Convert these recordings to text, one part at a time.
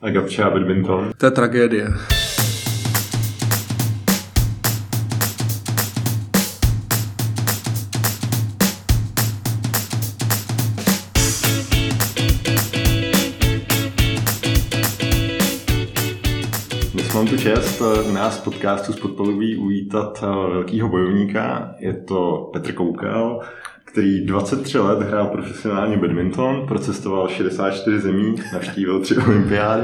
A Gabča a badminton? To je tragédie. Mám tu čest u nás v podcastu Spodpalový uvítat velkýho bojovníka. Je to Petr Koukal, který 23 let hrál profesionálně badminton, procestoval 64 zemí, navštívil 3 olympiády,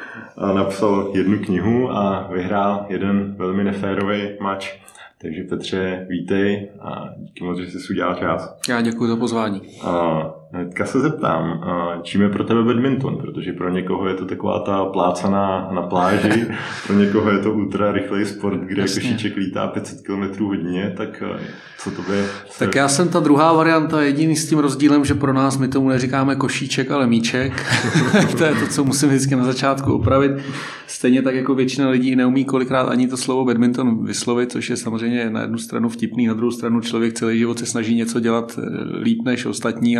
napsal 1 knihu a vyhrál 1 velmi neférový match. Takže Petře, vítej a díky moc, že jsi si udělal čas. Já děkuji za pozvání. Hnedka se zeptám, čím je pro tebe badminton? Protože pro někoho je to taková ta plácaná na pláži, pro někoho je to ultra rychlej sport, kde košíček lítá 500 km hodině, tak co to by... Tak já jsem ta druhá varianta, jediný s tím rozdílem, že pro nás my tomu neříkáme košíček, ale míček. To je to, co musím vždycky na začátku opravit. Stejně tak jako většina lidí neumí kolikrát ani to slovo badminton vyslovit, což je samozřejmě na jednu stranu vtipný, na druhou stranu člověk celý život se snaží něco dělat líp než ostatní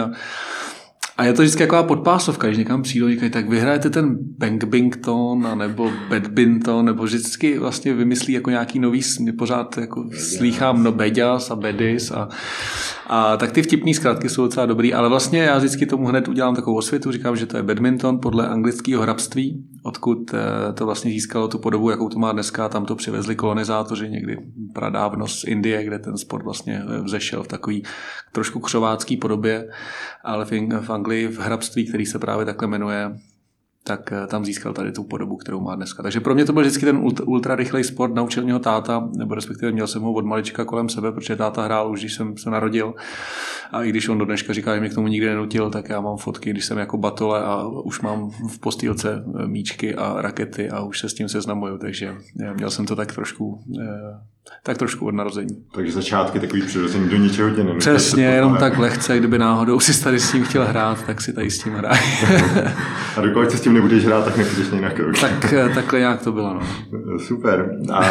a je to vždycky taková podpásovka, když někam přijdou, říkají, tak vyhrajete ten bangbington, nebo badminton, nebo vždycky vlastně vymyslí jako nějaký nový, pořád jako slýchám beďas a bedis a tak ty vtipný zkratky jsou docela dobrý, ale vlastně já vždycky tomu hned udělám takovou osvětu, říkám, že to je badminton podle anglického hrabství, odkud to vlastně získalo tu podobu, jakou to má dneska, tam to přivezli kolonizátoři někdy pradávno z Indie, kde ten sport vlastně vzešel v takový trošku křovácký podobě, ale v Anglii v hrabství, který se právě takhle jmenuje, tak tam získal tady tu podobu, kterou má dneska. Takže pro mě to byl vždycky ten ultra rychlej sport, naučil mě ho táta, nebo respektive měl jsem ho od malička kolem sebe, protože táta hrál už, když jsem se narodil. A i když on do dneška říká, že mě k tomu nikdy nenutil, tak já mám fotky, když jsem jako batole a už mám v postýlce míčky a rakety a už se s tím seznamuju, takže měl jsem to tak trošku od narození. Takže začátky takový přirození, do ničeho tě nenutil. Přesně, jenom tak lehce, kdyby náhodou si tady s tím chtěl hrát, tak si tady s tím hraje. A dokud se s tím nebudeš hrát, tak nepůjdeš na krok. Takhle nějak to bylo. No. Super.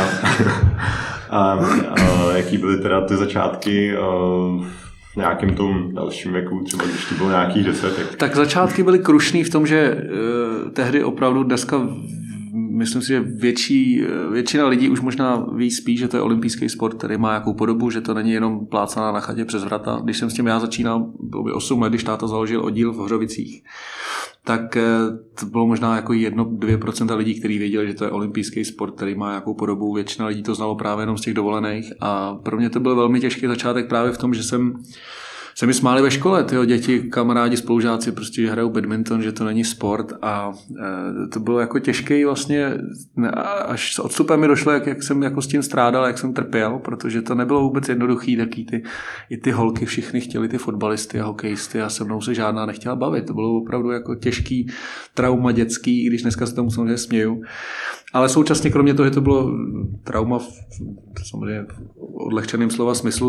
A jaký byly teda ty začátky v nějakém tom dalším věku, třeba když ti bylo nějakých 10? Tak začátky byly krušný v tom, že tehdy opravdu dneska myslím si, že většina lidí už možná ví spíš, že to je olympijský sport, který má jakou podobu, že to není jenom plácaná na chatě přes vrata. Když jsem s tím já začínal, bylo by 8 let, když táta založil oddíl v Hřovicích, tak to bylo možná jako 1-2% lidí, kteří věděli, že to je olympijský sport, který má jakou podobu. Většina lidí to znalo právě jenom z těch dovolených a pro mě to byl velmi těžký začátek právě v tom, že se mi smáli ve škole, tyjo, děti, kamarádi, spolužáci prostě, že hrajou badminton, že to není sport a to bylo jako těžký vlastně, až s odstupem mi došlo, jak jsem jako s tím strádal, jak jsem trpěl, protože to nebylo vůbec jednoduchý, i ty holky všichni chtěli ty fotbalisty a hokejisty a se mnou se žádná nechtěla bavit, to bylo opravdu jako těžký trauma dětský, i když dneska se tomu samozřejmě směju, ale současně kromě toho, že to bylo trauma samozřejmě v odlehčeném slova smyslu,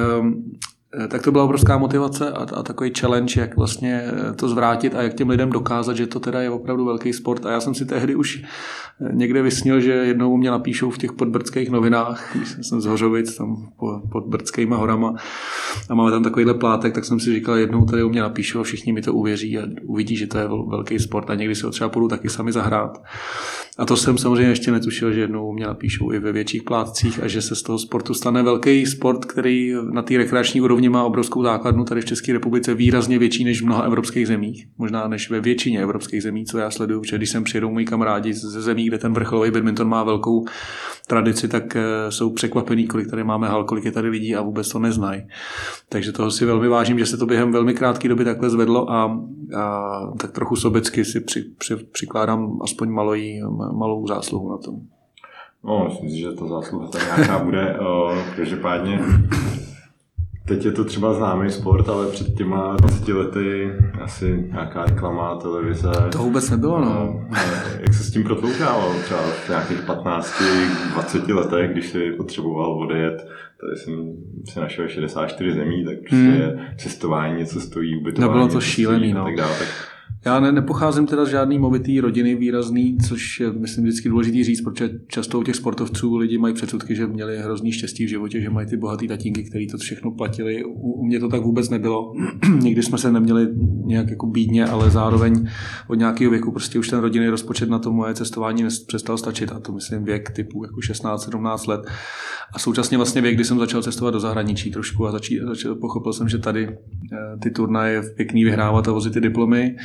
tak to byla obrovská motivace a takový challenge, jak vlastně to zvrátit a jak těm lidem dokázat, že to teda je opravdu velký sport. A já jsem si tehdy už někde vysnil, že jednou mě napíšou v těch podbrdských novinách, když jsem z Hořovic, tam pod Brdskýma horama a máme tam takovýhle plátek, tak jsem si říkal, jednou tady u mě napíšou a všichni mi to uvěří a uvidí, že to je velký sport a někdy si ho třeba půjdu taky sami zahrát. A to jsem samozřejmě ještě netušil, že jednou mě napíšou i ve větších plátcích a že se z toho sportu stane velký sport, který na té rekreační úrovni má obrovskou základnu tady v České republice výrazně větší než v mnoha evropských zemích. Možná než ve většině evropských zemí, co já sleduju, protože když sem přijedou moji kamarádi ze zemí, kde ten vrcholový badminton má velkou tradici, tak jsou překvapení, kolik tady máme hal, kolik je tady lidí a vůbec to neznají. Takže toho si velmi vážím, že se to během velmi krátké doby takhle zvedlo a tak trochu sobecky si přikládám aspoň malou zásluhu na tom. No, myslím si, že ta zásluha tady nějaká bude. Každopádně teď je to třeba známý sport, ale před těma 20 lety asi nějaká reklama, televize. To vůbec nebylo, no. Jak se s tím protloukalo? Třeba v nějakých 15-20 letech, když si potřeboval odjet, tady jsem si našel 64 zemí, tak prostě cestování něco stojí, ubytování. Nebylo to šílený, no. Tak dále, tak Já nepocházím teda z žádný movitý rodiny výrazný, což je, myslím, vždycky důležitý říct, protože často u těch sportovců lidi mají předsudky, že měli hrozný štěstí v životě, že mají ty bohatý tatínky, kteří to všechno platili. U mě to tak vůbec nebylo. Nikdy jsme se neměli nějak jako bídně, ale zároveň od nějakého věku prostě už ten rodinný rozpočet na to moje cestování přestal stačit. A to myslím věk typu jako 16-17 let. A současně vlastně věk, kdy jsem začal cestovat do zahraničí trošku a pochopil jsem, že tady ty turnaje je pěkný vyhrávat a vozit ty diplomy,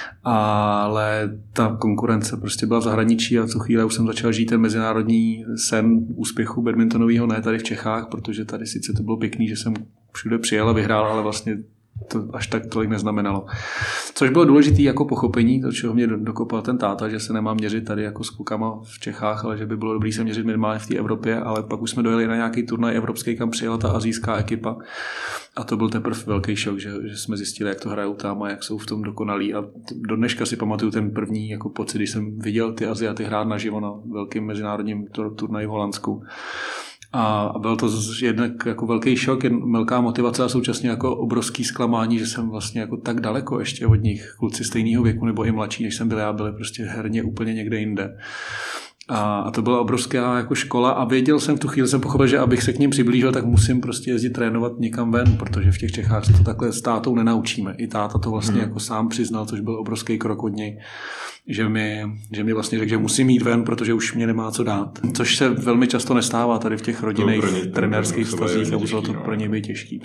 ale ta konkurence prostě byla v zahraničí a v tu chvíli už jsem začal žít ten mezinárodní sen úspěchu badmintonového, ne tady v Čechách, protože tady sice to bylo pěkný, že jsem všude přijel a vyhrál, ale vlastně to až tak tolik neznamenalo. Což bylo důležité jako pochopení, to, čeho mě dokopal ten táta, že se nemám měřit tady jako s klukama v Čechách, ale že by bylo dobré se měřit minimálně v té Evropě, ale pak už jsme dojeli na nějaký turnaj evropský, kam přijela ta asijská ekipa a to byl teprve velký šok, že jsme zjistili, jak to hrajou tam a jak jsou v tom dokonalí a do dneška si pamatuju ten první jako pocit, když jsem viděl ty Aziaty hrát naživo na velkým mezinárodním turnaji v Holandsku. A byl to jednak jako velký šok, velká motivace a současně jako obrovský zklamání, že jsem vlastně jako tak daleko ještě od nich, kluci stejného věku nebo i mladší, než jsem byl já, byli prostě herně úplně někde jinde. A to byla obrovská jako škola a věděl jsem v tu chvíli, jsem pochopil, že abych se k ním přiblížil, tak musím prostě jezdit trénovat někam ven, protože v těch Čechách se to takhle s tátou nenaučíme. I táta to vlastně jako sám přiznal, což byl obrovský krok od něj, že mi vlastně řekl, že musím jít ven, protože už mě nemá co dát. Což se velmi často nestává tady v těch rodinných trenérských vztazích a muselo to pro něj být těžký.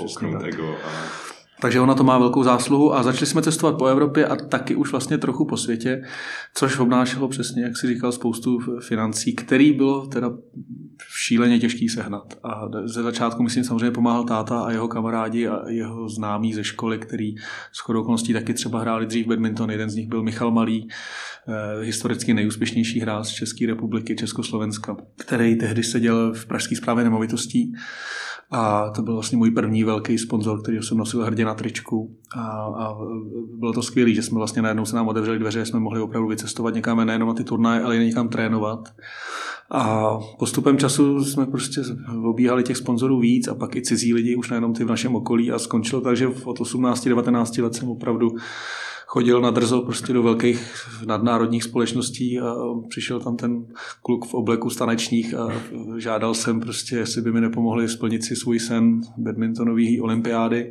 Takže ona to má velkou zásluhu a začali jsme cestovat po Evropě a taky už vlastně trochu po světě, což obnášelo přesně, jak si říkal, spoustu financí, který bylo teda šíleně těžký sehnat. A ze začátku myslím samozřejmě pomáhal táta a jeho kamarádi a jeho známí ze školy, který shodou okolností taky třeba hráli dřív badminton. Jeden z nich byl Michal Malý, historicky nejúspěšnější hráč z České republiky, Československa, který tehdy seděl v Pražské správě nemovitostí. A to byl vlastně můj první velký sponzor, který jsem nosil hrdě na tričku. A bylo to skvělé, že jsme vlastně najednou se nám otevřeli dveře, že jsme mohli opravdu vycestovat někam nejenom na ty turnaje, ale i někam trénovat. A postupem času jsme prostě obíhali těch sponzorů víc a pak i cizí lidi, už nejenom ty v našem okolí a skončilo tak, že od 18-19 let jsem opravdu chodil na drzo prostě do velkých nadnárodních společností a přišel tam ten kluk v obleku stanečních a žádal jsem prostě, jestli by mi nepomohli splnit si svůj sen badmintonové olympiády.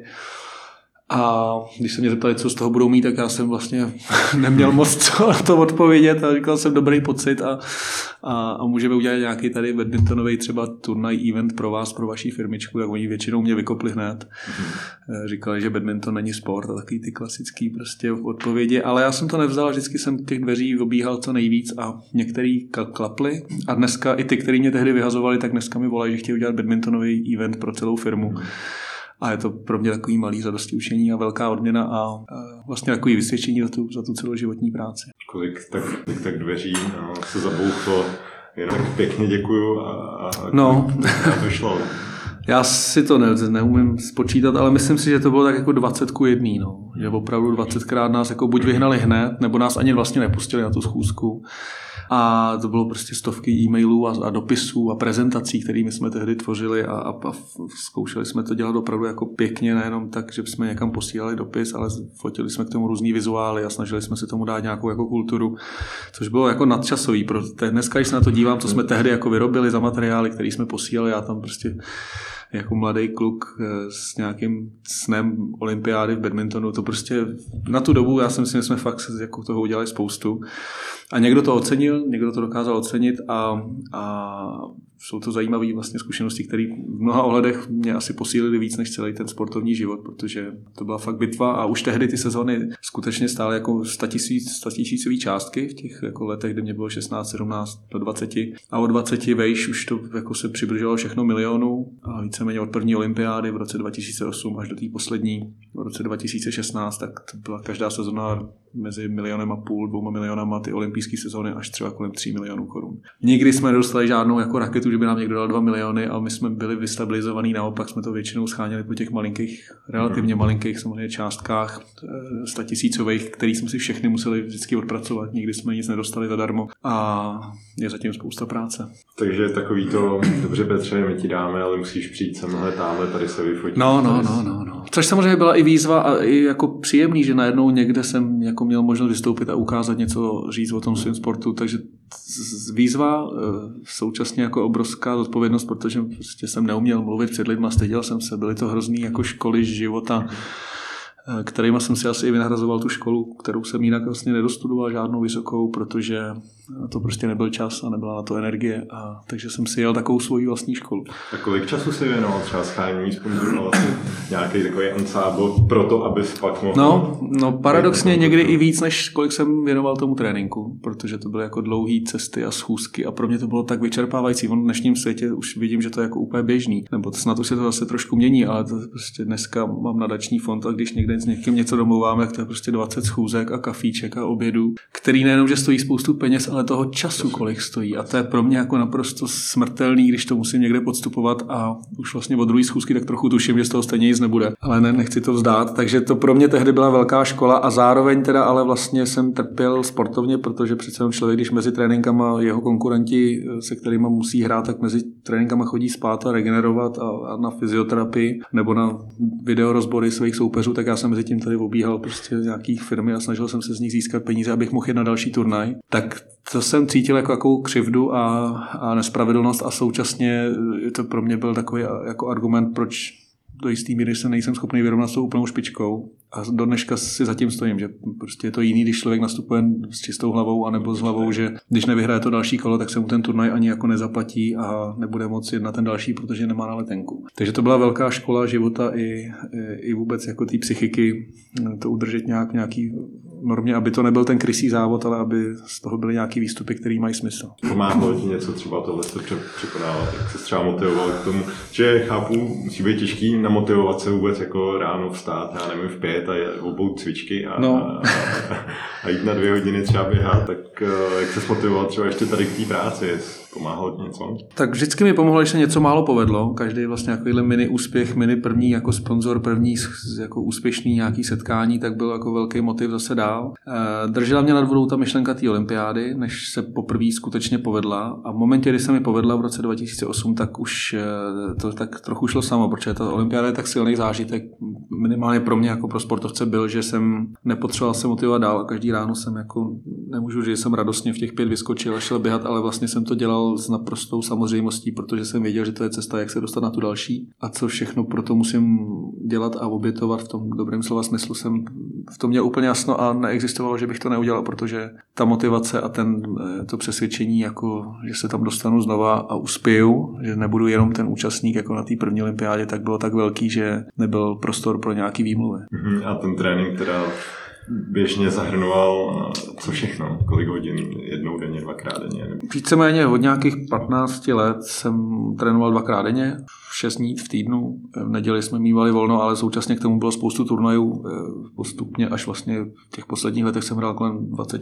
A když se mě zeptali, co z toho budou mít, tak já jsem vlastně neměl moc co na to odpovědět a říkal jsem dobrý pocit a můžeme udělat nějaký tady badmintonový třeba turnaj event pro vás, pro vaši firmičku, tak oni většinou mě vykopli hned. Říkali, že badminton není sport a takový ty klasický prostě odpovědi, ale já jsem to nevzal, vždycky jsem těch dveří obíhal co nejvíc a některý klaply a dneska i ty, kteří mě tehdy vyhazovali, tak dneska mi volají, že chtějí udělat badmintonový event pro celou firmu. A je to pro mě takový malý zadosti učení a velká odměna a vlastně takový vysvědčení za tu celoživotní práci. Kolik tak dveří se zabouchlo, jenom pěkně děkuju a vyšlo. Já si to neumím spočítat, ale myslím si, že to bylo tak jako 20:1, no. Že opravdu 20krát nás jako buď vyhnali hned, nebo nás ani vlastně nepustili na tu schůzku. A to bylo prostě stovky e-mailů a dopisů a prezentací, kterými jsme tehdy tvořili a zkoušeli jsme to dělat opravdu jako pěkně, nejenom tak, že jsme někam posílali dopis, ale fotili jsme k tomu různý vizuály a snažili jsme se tomu dát nějakou jako kulturu, což bylo jako nadčasový. Dneska, když se na to dívám, co jsme tehdy jako vyrobili za materiály, které jsme posílali, já tam prostě jako mladý kluk s nějakým snem olympiády v badmintonu, to prostě na tu dobu, já si myslím, že jsme fakt jako toho udělali spoustu. A někdo to ocenil, někdo to dokázal ocenit a jsou to zajímavé vlastně zkušenosti, které v mnoha ohledech mě asi posílily víc než celý ten sportovní život, protože to byla fakt bitva a už tehdy ty sezóny skutečně stály jako 100 000 částky v těch jako letech, kdy mě bylo 16, 17 do 20 a od 20 vejš už to jako se přibližovalo všechno milionů a víceméně od první olympiády v roce 2008 až do té poslední v roce 2016, tak to byla každá sezóna mezi 1,5 milionu, 2 milionama, ty olympijské sezóny až třeba kolem 3 milionů korun. Nikdy jsme nedostali žádnou jako raketu, že by nám někdo dal 2 miliony a my jsme byli vystabilizovaní, naopak jsme to většinou scháněli po těch malinkých, relativně malinkých samozřejmě částkách 100 000, který jsme si všechny museli vždycky odpracovat, nikdy jsme nic nedostali zadarmo a je zatím spousta práce. Takže takový to, dobře Petře, my ti dáme, ale musíš přijít semhle, tamhle, tady se vyfotit. No. Což samozřejmě byla i výzva a i jako příjemný, že najednou někde jsem jako jako měl možnost vystoupit a ukázat něco, říct o tom svém sportu, takže výzva, současně jako obrovská zodpovědnost, protože prostě jsem neuměl mluvit před lidma, styděl jsem se, byly to hrozný jako školy života, kterýma jsem si asi i vynahrazoval tu školu, kterou jsem jinak vlastně nedostudoval žádnou vysokou, protože to prostě nebyl čas a nebyla na to energie, a takže jsem si jel takovou svoji vlastní školu. A kolik času si věnoval třeba shánění sponzorů, vlastně nějaký takový ansábl pro to, abys pak mohl... No paradoxně někdy i víc, než kolik jsem věnoval tomu tréninku, protože to byly jako dlouhé cesty a schůzky a pro mě to bylo tak vyčerpávající. V dnešním světě už vidím, že to je jako úplně běžný, nebo snad už se to zase trošku mění, ale to prostě dneska mám nadační fond a když někde s někým něco domluváme, tak to je prostě 20 schůzek a kafíček a obědů, který nejenom, že stojí spoustu peněz, ale toho času, kolik stojí. A to je pro mě jako naprosto smrtelný, když to musím někde podstupovat a už vlastně od druhé schůzky tak trochu tuším, že z toho stejně nic nebude. Ale nechci to vzdát, takže to pro mě tehdy byla velká škola a zároveň teda ale vlastně jsem trpěl sportovně, protože přece jen člověk, když mezi tréninkama jeho konkurenti, se kterými musí hrát, tak mezi tréninkama chodí spát a regenerovat a na fyzioterapii nebo na videorozbory svých soupeřů, tak já jsem mezi tím tady obíhal prostě nějaký firmy a snažil jsem se z nich získat peníze, abych mohl jít na další turnaj. Tak to jsem cítil jako jakou křivdu a nespravedlnost a současně to pro mě byl takový jako argument, proč do jistý míry se nejsem schopný vyrovnat s tou úplnou špičkou. A do dneška si zatím stojím, že prostě je to jiný, když člověk nastupuje s čistou hlavou anebo s hlavou, že když nevyhraje to další kolo, tak se mu ten turnaj ani jako nezaplatí a nebude moci jít na ten další, protože nemá na letenku. Takže to byla velká škola života i vůbec jako té psychiky, to udržet nějaký normě, aby to nebyl ten krysý závod, ale aby z toho byly nějaký výstupy, které mají smysl. Pomáhalo ti něco třeba tohle se překonávat, jak se třeba motivoval k tomu, že chápu, musí být těžký namotivovat se vůbec jako ráno vstát, já nevím, v 5 a obout cvičky a jít na 2 hodiny třeba běhat, tak jak se motivoval třeba ještě tady k té práci, pomáhalo ti něco? Tak vždycky mi pomohlo, když se něco málo povedlo, každý vlastně takovýhle mini úspěch, mini první jako sponzor, první jako úspěšný nějaký setkání, tak byl jako velký motiv zase dál. Držela mě nad vodou ta myšlenka té olympiády, než se poprvé skutečně povedla a v momentě, kdy se mi povedla v roce 2008, tak už to tak trochu šlo samo, protože ta olympiáda je tak silný zážitek, minimálně pro mě jako pro sportovce byl, že jsem nepotřeboval se motivovat dál a každý ráno jsem jako, nemůžu říct, že jsem radostně v těch 5 vyskočil a šel běhat, ale vlastně jsem to dělal s naprostou samozřejmostí, protože jsem věděl, že to je cesta, jak se dostat na tu další a co všechno pro to musím dělat a obětovat v tom dobrém slova smyslu jsem v tom měl úplně jasno a neexistovalo, že bych to neudělal, protože ta motivace a to přesvědčení, jako, že se tam dostanu znova a uspěju, že nebudu jenom ten účastník jako na té první olympiádě, tak bylo tak velký, že nebyl prostor pro nějaký výmluvy. A ten trénink teda běžně zahrnoval co všechno? Kolik hodin? Jednou denně, 2krát denně? Víceméně od nějakých 15 let jsem trénoval 2krát denně, 6 dní v týdnu. V neděli jsme mívali volno, ale současně k tomu bylo spoustu turnajů. Postupně až vlastně v těch posledních letech jsem hrál kolem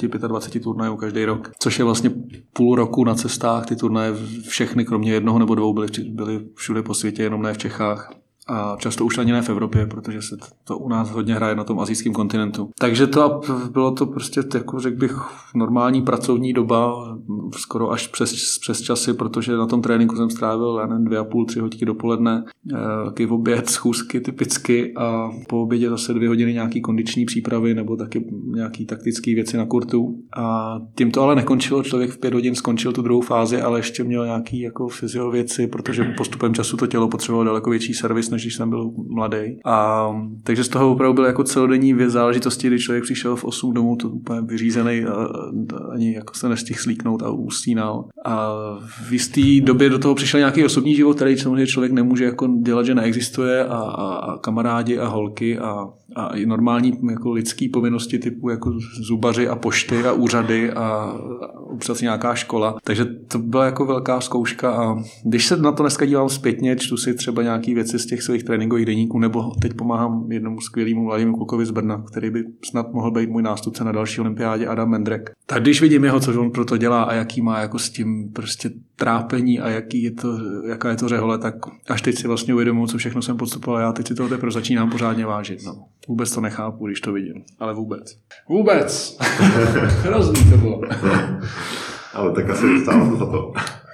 25 turnajů každý rok, což je vlastně půl roku na cestách. Ty turnaje všechny, kromě jednoho nebo 2, byly všude po světě, jenom ne v Čechách. A často už ani ne v Evropě, protože se to u nás hodně hraje na tom asijském kontinentu. Takže to bylo to prostě, jako řekl bych, normální pracovní doba, skoro až přes časy, protože na tom tréninku jsem strávil 2,5-3 hodiny dopoledne, taky v oběd, schůzky typicky a po obědě zase 2 hodiny nějaký kondiční přípravy nebo taky nějaký taktické věci na kurtu. A tím to ale nekončilo, člověk v 5 hodin skončil tu druhou fázi, ale ještě měl nějaký jako fyzio věci, protože postupem času to tělo potřebovalo daleko větší servis, než když jsem byl mladý. A takže z toho opravdu byl jako celodenní záležitosti, kdy člověk přišel v 8 domů, to úplně vyřízený a ani jako se nestihl slíknout a usínal. A v jistý době do toho přišel nějaký osobní život, který samozřejmě člověk nemůže jako dělat, že neexistuje a kamarádi a holky a i normální jako lidský povinnosti typu jako zubaři a pošty a úřady a občas nějaká škola. Takže to byla jako velká zkouška a když se na to dneska dívám zpětně, čtu si třeba nějaký věci z těch svých tréninkových deníků nebo teď pomáhám jednomu skvělému mladému klukovi z Brna, který by snad mohl být můj nástupce na další olympiádě, Adam Mendrek. Tak když vidím jeho, co on pro to dělá a jaký má jako s tím prostě trápení a jaká je to řehole, tak až teď si vlastně uvědomuji, co všechno jsem podstupoval, já teď si toho teprve začínám pořádně vážit. No. Vůbec to nechápu, když to vidím. Ale vůbec. Hrozný to bylo. Ale tak asi stálo to za to.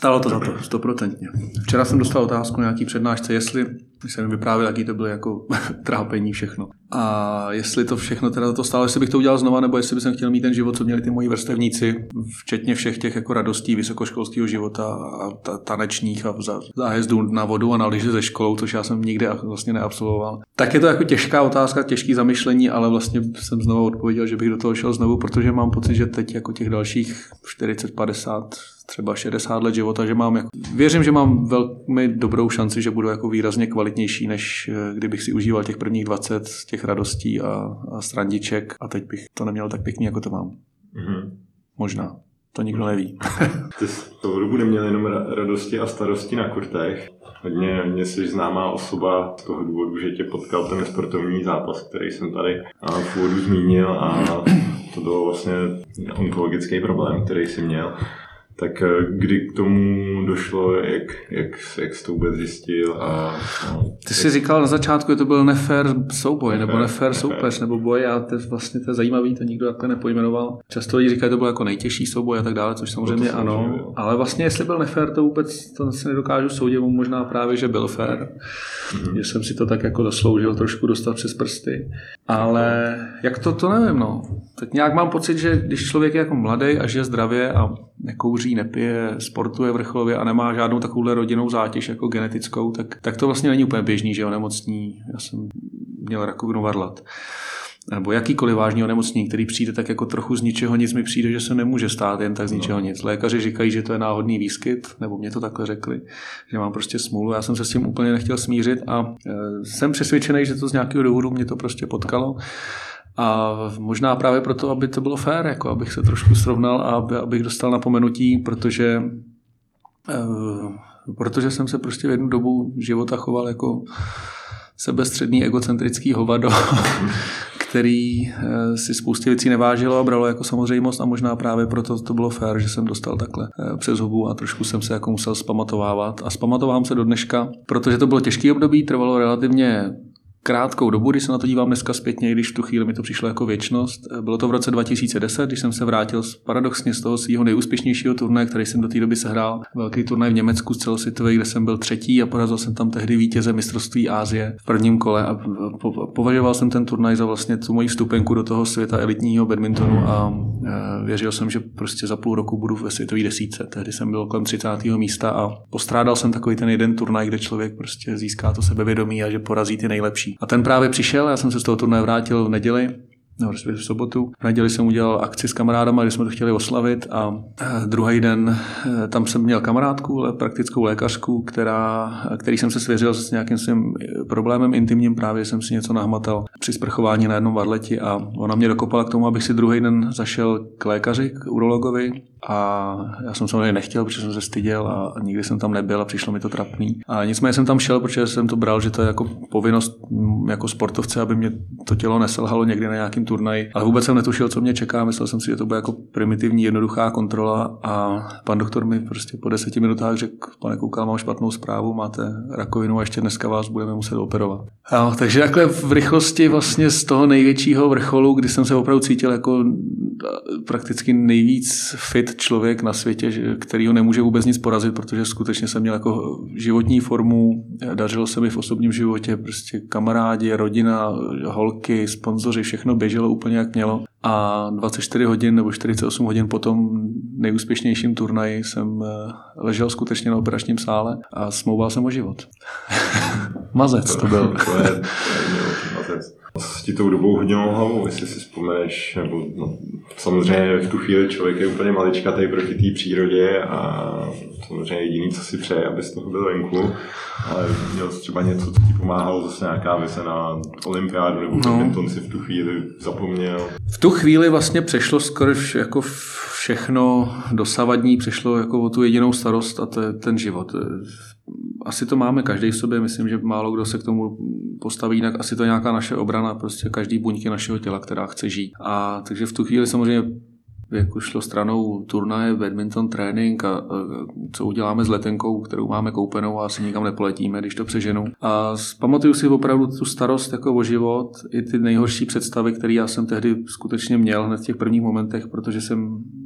Stalo to za to, 100%. Včera jsem dostal otázku nějaký přednášce, jestli, když jsem mi vyprávěl, jaký to bylo jako trápení všechno. A jestli to všechno teda to stálo, jestli bych to udělal znova, nebo jestli bych chtěl mít ten život, co měli ty moji vrstevníci, včetně všech těch jako radostí vysokoškolského života a tanečních a zájezdů na vodu a na lyže ze školou, což já jsem nikdy vlastně neabsolvoval. Tak je to jako těžká otázka, těžký zamyšlení, ale vlastně jsem znovu odpověděl, že bych do toho šel znovu, protože mám pocit, že teď jako těch dalších 40, 50, třeba 60 let života, že mám věřím, že mám velmi dobrou šanci, že budu jako výrazně kvalitnější, než kdybych si užíval těch prvních 20 těch radostí a srandiček a teď bych to neměl tak pěkný, jako to mám. Mm-hmm. Možná. To nikdo neví. Ty jsi tou dobu neměl jenom radosti a starosti na kurtech. Hodně jsi známá osoba z toho důvodu, že tě potkal ten sportovní zápas, který jsem tady v úvodu zmínil a to byl vlastně onkologický problém, který jsi měl. Tak kdy k tomu došlo, jak jsi to vůbec zjistil? Ty jsi říkal na začátku, že to byl nefér souboj, nebo nefér soupeř, nebo boj a to je zajímavý, to nikdo takhle nepojmenoval. Často lidi říkají, že to byl jako nejtěžší souboj a tak dále, což samozřejmě ano, ale vlastně jestli byl nefér, to vůbec to si nedokážu soudit, možná právě, že byl fér, že jsem si to tak jako zasloužil trošku dostat přes prsty, ale jak to nevím, no. Tak nějak mám pocit, že když člověk je jako mladý a žije zdravě a nekouří, nepije, sportuje vrcholově a nemá žádnou takovouhle rodinnou zátěž jako genetickou, tak to vlastně není úplně běžný, že onemocní. Já jsem měl rakovinu varlat. Nebo jakýkoliv vážný onemocnění, který přijde tak jako trochu z ničeho nic, mi přijde, že se nemůže stát jen tak z ničeho nic. Lékaři říkají, že to je náhodný výskyt, nebo mě to takhle řekli, že mám prostě smůlu. Já jsem se s tím úplně nechtěl smířit a jsem přesvědčený, že to z nějakého důvodu mě to prostě potkalo. A možná právě proto, aby to bylo fér, jako abych se trošku srovnal a abych dostal napomenutí, protože jsem se prostě v jednu dobu života choval jako sebestředný egocentrický hovado, který si spoustě věcí nevážilo a bralo jako samozřejmost a možná právě proto to bylo fér, že jsem dostal takhle přes hubu a trošku jsem se jako musel zpamatovávat a zpamatovám se do dneška, protože to bylo těžký období, trvalo relativně krátkou dobu, když se na to dívám dneska zpětně, když v tu chvíli mi to přišlo jako věčnost. Bylo to v roce 2010, když jsem se vrátil paradoxně z toho svého nejúspěšnějšího turnaje, který jsem do té doby sehrál. Velký turnaj v Německu celosvětový, kde jsem byl třetí a porazil jsem tam tehdy vítěze mistrovství Asie v prvním kole a považoval jsem ten turnaj za vlastně tu moji vstupenku do toho světa elitního badmintonu a věřil jsem, že prostě za půl roku budu ve světové desítce. Tehdy jsem byl kolem 30. místa a postrádal jsem takový ten jeden turnaj, kde člověk prostě získá to sebevědomí a že porazí ty nejlepší. A ten právě přišel, já jsem se z toho turnaje vrátil v neděli, v sobotu. V neděli jsem udělal akci s kamarádama, kde jsme to chtěli oslavit a druhý den tam jsem měl kamarádku, praktickou lékařku, který jsem se svěřil s nějakým svým problémem intimním, právě jsem si něco nahmatal při sprchování na jednom varleti a ona mě dokopala k tomu, abych si druhý den zašel k lékaři, k urologovi a já jsem samozřejmě nechtěl, protože jsem se styděl a nikdy jsem tam nebyl a přišlo mi to trapný. A nicméně jsem tam šel, protože jsem to bral, že to je jako povinnost jako sportovce, aby mě to tělo neselhalo někdy na nějakým turnaji. Ale vůbec jsem netušil, co mě čeká. Myslel jsem si, že to bude jako primitivní, jednoduchá kontrola a pan doktor mi prostě po 10 minutách řekl, pane Koukal, mám špatnou zprávu, máte rakovinu a ještě dneska vás budeme muset operovat. No, takže takhle v rychlosti vlastně z toho největšího vrcholu, kdy jsem se opravdu cítil jako prakticky nejvíc fit člověk na světě, který ho nemůže vůbec nic porazit, protože skutečně jsem měl jako životní formu, dařilo se mi v osobním životě, prostě kamarádi, rodina, holky, sponzoři, všechno běželo úplně jak mělo. A 24 hodin nebo 48 hodin po tom nejúspěšnějším turnaji jsem ležel skutečně na operačním sále a smlouval jsem o život. Mazec to byl. To je mazec. S ti tou dobou hodilo hlavu, jestli si vzpomeneš, nebo samozřejmě v tu chvíli člověk je úplně maličkatej proti té přírodě a samozřejmě jediný, co si přeje, aby z toho byl venku, ale měl jsi třeba něco, co ti pomáhalo, zase nějaká vize na olympiádu nebo badminton si v tu chvíli zapomněl? V tu chvíli vlastně přešlo skoro jako všechno dosavadní, přešlo jako o tu jedinou starost a to je ten život. Asi to máme každý v sobě, myslím, že málo kdo se k tomu postaví jinak, asi to je nějaká naše obrana, prostě každý buňky našeho těla, která chce žít. A takže v tu chvíli samozřejmě jako šlo stranou turnaje, badminton, trénink a co uděláme s letenkou, kterou máme koupenou a asi nikam nepoletíme, když to přeženu. A pamatuju si opravdu tu starost jako o život, i ty nejhorší představy, které já jsem tehdy skutečně měl hned v těch prvních momentech, protože jsem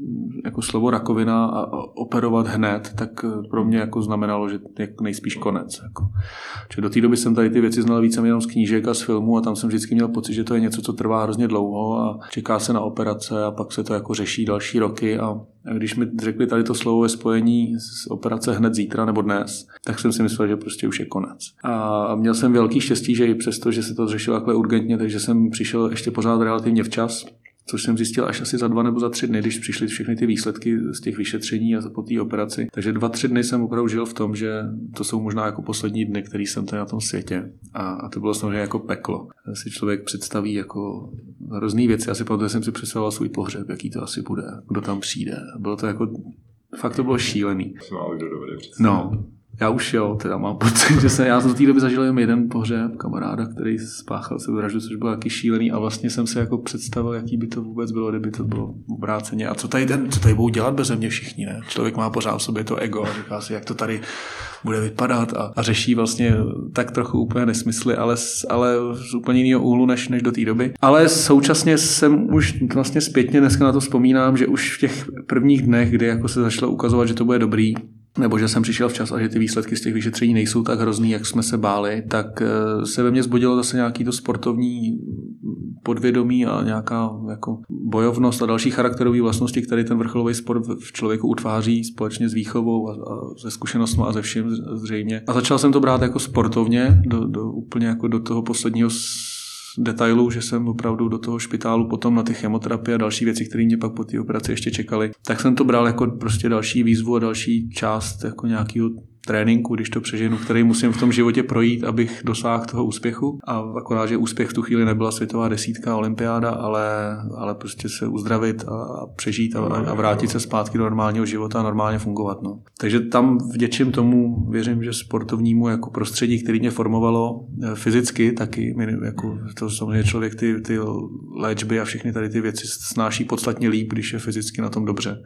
jako slovo rakovina a operovat hned, tak pro mě jako znamenalo, že nejspíš konec. Jako. Čiže do té doby jsem tady ty věci znal více jenom z knížek a z filmů a tam jsem vždycky měl pocit, že to je něco, co trvá hrozně dlouho a čeká se na operace a pak se to jako řeší další roky a když mi řekli tady to slovo ve spojení s operace hned zítra nebo dnes, tak jsem si myslel, že prostě už je konec. A měl jsem velký štěstí, že i přesto, že se to řešilo takhle urgentně, takže jsem přišel ještě pořád relativně včas, což jsem zjistil až asi za 2 nebo za 3 dny, když přišly všechny ty výsledky z těch vyšetření a po té operaci. Takže 2-3 dny jsem opravdu žil v tom, že to jsou možná jako poslední dny, který jsem tady na tom světě. A to bylo samozřejmě jako peklo. Si člověk představí jako hrozný věci. Asi protože jsem si představoval svůj pohřeb, jaký to asi bude, kdo tam přijde. Bylo to jako, fakt to bylo šílený. Málo kdo dovede představit. No. Já už jo, teda mám pocit, že já jsem do té doby zažil jen jeden pohřeb kamaráda, který spáchal sebevraždu, což bylo taky šílený a vlastně jsem si jako představil, jaký by to vůbec bylo, kdyby to bylo obráceně. A co tady budou dělat beze mě všichni, ne? Člověk má pořád v sobě to ego a říká si, jak to tady bude vypadat a řeší vlastně tak trochu úplně nesmysly, ale z úplně jiného úhlu než do té doby. Ale současně jsem už vlastně zpětně dneska na to vzpomínám, že už v těch prvních dnech, kdy jako se začalo ukazovat, že to bude dobrý, nebo že jsem přišel včas a že ty výsledky z těch vyšetření nejsou tak hrozný, jak jsme se báli, tak se ve mně zbudilo zase nějaký to sportovní podvědomí a nějaká jako bojovnost a další charakterové vlastnosti, které ten vrcholový sport v člověku utváří společně s výchovou a se zkušenostmi a ze vším zřejmě. A začal jsem to brát jako sportovně, úplně jako do toho posledního detailu, že jsem opravdu do toho špitálu potom na ty chemoterapie a další věci, které mě pak po té operaci ještě čekaly, tak jsem to bral jako prostě další výzvu a další část jako nějakého tréninku, když to přeženu, který musím v tom životě projít, abych dosáhl toho úspěchu. A akorát, že úspěch v tu chvíli nebyla světová 10, olympiáda, ale prostě se uzdravit a přežít a vrátit se zpátky do normálního života a normálně fungovat. No. Takže tam vděčím tomu, věřím, že sportovnímu jako prostředí, který mě formovalo fyzicky, taky jako to samozřejmě člověk ty léčby a všechny tady ty věci snáší podstatně líp, když je fyzicky na tom dobře.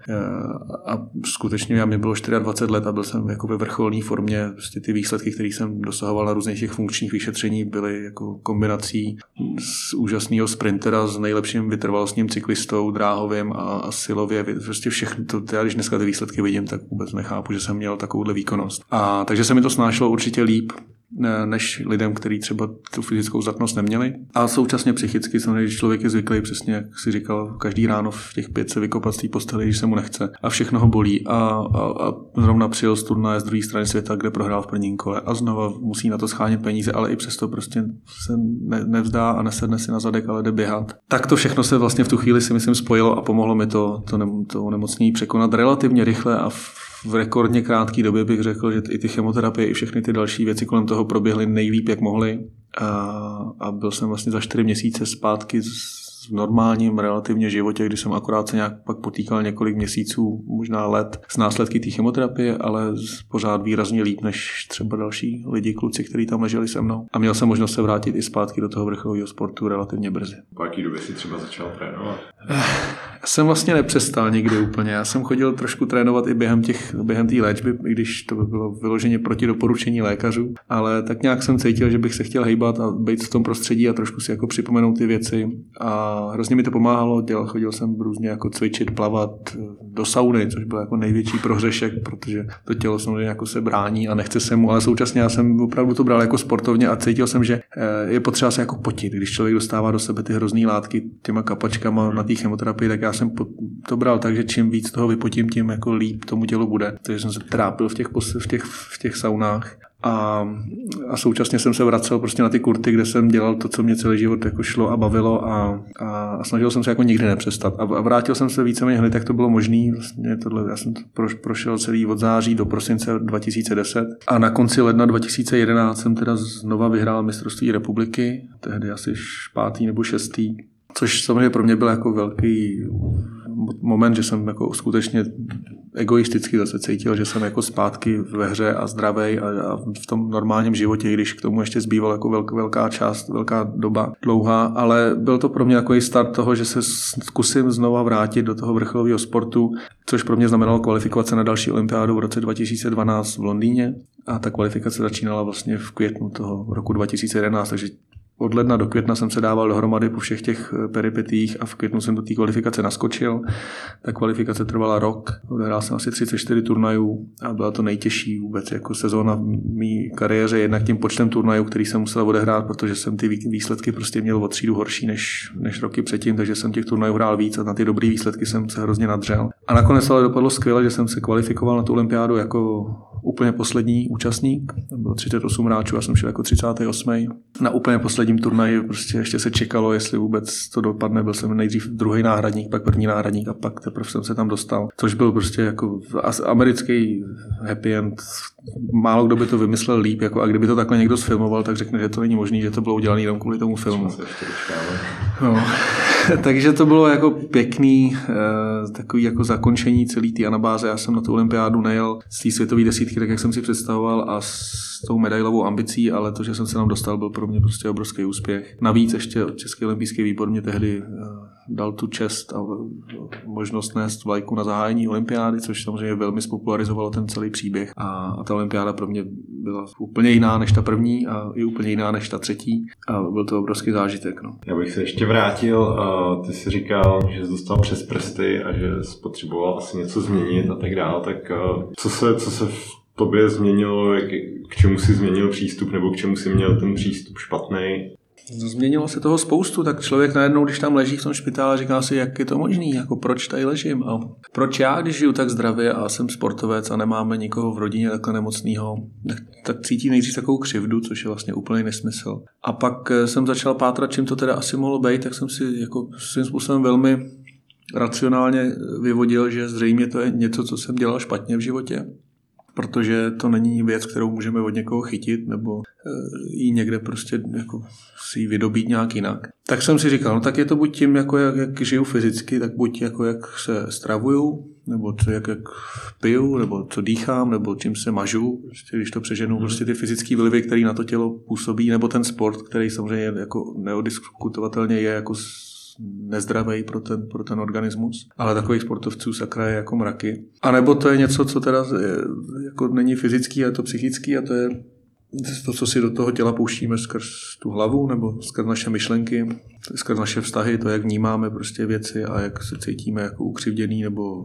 A skutečně mě bylo 24 let a byl jsem jako ve vrcholu formě, prostě ty výsledky, které jsem dosahoval na různých těch funkčních vyšetření, byly jako kombinací z úžasného sprintera s nejlepším vytrvalostním cyklistou, dráhovým a silově, prostě všechno to, já když dneska ty výsledky vidím, tak vůbec nechápu, že jsem měl takovouhle výkonnost. A takže se mi to snášelo určitě líp než lidem, kteří třeba tu fyzickou zdatnost neměli. A současně psychicky samozřejmě, když člověk je zvyklý, přesně jak si říkal, každý ráno v těch 5 se vykopat z té postele, když se mu nechce. A všechno ho bolí. A zrovna přijel z turnaje z druhé strany světa, kde prohrál v prvním kole. A znova musí na to schánět peníze, ale i přesto prostě se nevzdá a nesedne si na zadek, ale jde běhat. Tak to všechno se vlastně v tu chvíli si myslím spojilo a pomohlo mi to onemocnění překonat relativně rychle a v rekordně krátké době bych řekl, že i ty chemoterapie, i všechny ty další věci kolem toho proběhly nejlíp, jak mohly. A byl jsem vlastně za 4 měsíce zpátky v normálním relativně životě, kdy jsem akorát se nějak pak potýkal několik měsíců, možná let s následky té chemoterapie, ale pořád výrazně líp než třeba další lidi, kluci, kteří tam leželi se mnou. A měl jsem možnost se vrátit i zpátky do toho vrcholového sportu relativně brzy. Po jaký době jsi třeba začal trénovat? Já jsem vlastně nepřestal nikdy úplně. Já jsem chodil trošku trénovat i během té léčby, i když to bylo vyloženě proti doporučení lékařů, ale tak nějak jsem cítil, že bych se chtěl hejbat a být v tom prostředí a trošku si jako připomenout ty věci. A hrozně mi to pomáhalo. Chodil jsem různě jako cvičit, plavat do sauny, což byl jako největší prohřešek, protože to tělo samozřejmě jako se brání a nechce se mu, ale současně já jsem opravdu to bral jako sportovně a cítil jsem, že je potřeba se jako potit. Když člověk dostává do sebe ty hrozný látky těma kapačkama na té chemoterapii, tak já jsem to bral tak, že čím víc toho vypotím, tím jako líp tomu tělu bude. Takže jsem se trápil v těch saunách. A současně jsem se vracel prostě na ty kurty, kde jsem dělal to, co mě celý život jako šlo a bavilo a snažil jsem se jako nikdy nepřestat. A vrátil jsem se víceméně hned, jak to bylo možný. Vlastně já jsem to prošel celý od září do prosince 2010 a na konci ledna 2011 jsem teda znova vyhrál mistrovství republiky, tehdy asi 5. nebo 6. Což samozřejmě pro mě byl jako velký moment, že jsem jako skutečně egoisticky zase cítil, že jsem jako zpátky ve hře a zdravej a v tom normálním životě, když k tomu ještě zbývala jako velká doba dlouhá, ale byl to pro mě jako start toho, že se zkusím znova vrátit do toho vrcholového sportu, což pro mě znamenalo kvalifikace na další olympiádu v roce 2012 v Londýně a ta kvalifikace začínala vlastně v květnu toho roku 2011, takže od ledna do května jsem se dával dohromady po všech těch peripetích a v květnu jsem do té kvalifikace naskočil. Ta kvalifikace trvala rok, odehrál jsem asi 34 turnajů a byla to nejtěžší vůbec jako sezóna v mý kariéře, jednak tím počtem turnajů, který jsem musel odehrát, protože jsem ty výsledky prostě měl o třídu horší než roky předtím, takže jsem těch turnajů hrál víc a na ty dobré výsledky jsem se hrozně nadřel. A nakonec ale dopadlo skvěle, že jsem se kvalifikoval na tu olympiádu jako úplně poslední účastník. Bylo 38 hráčů, já jsem šel jako 38. Na úplně posledním turnaji prostě ještě se čekalo, jestli vůbec to dopadne. Byl jsem nejdřív druhý náhradník, pak první náhradník a pak teprve jsem se tam dostal. Což byl prostě jako americký happy end. Málo kdo by to vymyslel líp, jako a kdyby to takhle někdo sfilmoval, tak řekne, že to není možné, že to bylo udělané jenom kvůli tomu filmu. No. Takže to bylo jako pěkný takový jako zakončení celý té anabáze. Já jsem na tu olympiádu nejel z té světové desítky, tak jak jsem si představoval a s tou medailovou ambicí, ale to, že jsem se tam dostal, byl pro mě prostě obrovský úspěch. Navíc ještě Český olympijský výbor mě tehdy dal tu čest a možnost nést vlajku na zahájení olympiády, což samozřejmě velmi spopularizovalo ten celý příběh. A ta olympiáda pro mě byla úplně jiná než ta první a i úplně jiná než ta třetí. A byl to obrovský zážitek. No. Já bych se ještě vrátil, ty jsi říkal, že jsi dostal přes prsty a že jsi potřeboval asi něco změnit a tak dále, tak co se v tobě změnilo, k čemu jsi změnil přístup nebo k čemu jsi měl ten přístup špatný? Změnilo se toho spoustu, tak člověk najednou, když tam leží v tom špitále, říká si, jak je to možný, jako proč tady ležím a proč já, když žiju tak zdravě a jsem sportovec a nemáme nikoho v rodině takhle nemocného, tak cítí nejdřív takovou křivdu, což je vlastně úplný nesmysl. A pak jsem začal pátrat, čím to teda asi mohlo být, tak jsem si jako svým způsobem velmi racionálně vyvodil, že zřejmě to je něco, co jsem dělal špatně v životě. Protože to není věc, kterou můžeme od někoho chytit nebo ji někde prostě jako si ji vydobít nějak jinak. Tak jsem si říkal, no tak je to buď tím, jako jak žiju fyzicky, tak buď jako jak se stravuju, nebo co, jak piju, nebo co dýchám, nebo čím se mažu, prostě, když to přeženu, prostě ty fyzické vlivy, které na to tělo působí, nebo ten sport, který samozřejmě jako neodiskutovatelně je jako nezdravý pro ten organismus, ale takových sportovců sakra je jako mraky. A nebo to je něco, co teda jako není fyzický, ale to psychický a to je to, co si do toho těla pouštíme skrz tu hlavu nebo skrz naše myšlenky, skrz naše vztahy, to, jak vnímáme prostě věci a jak se cítíme jako ukřivděný nebo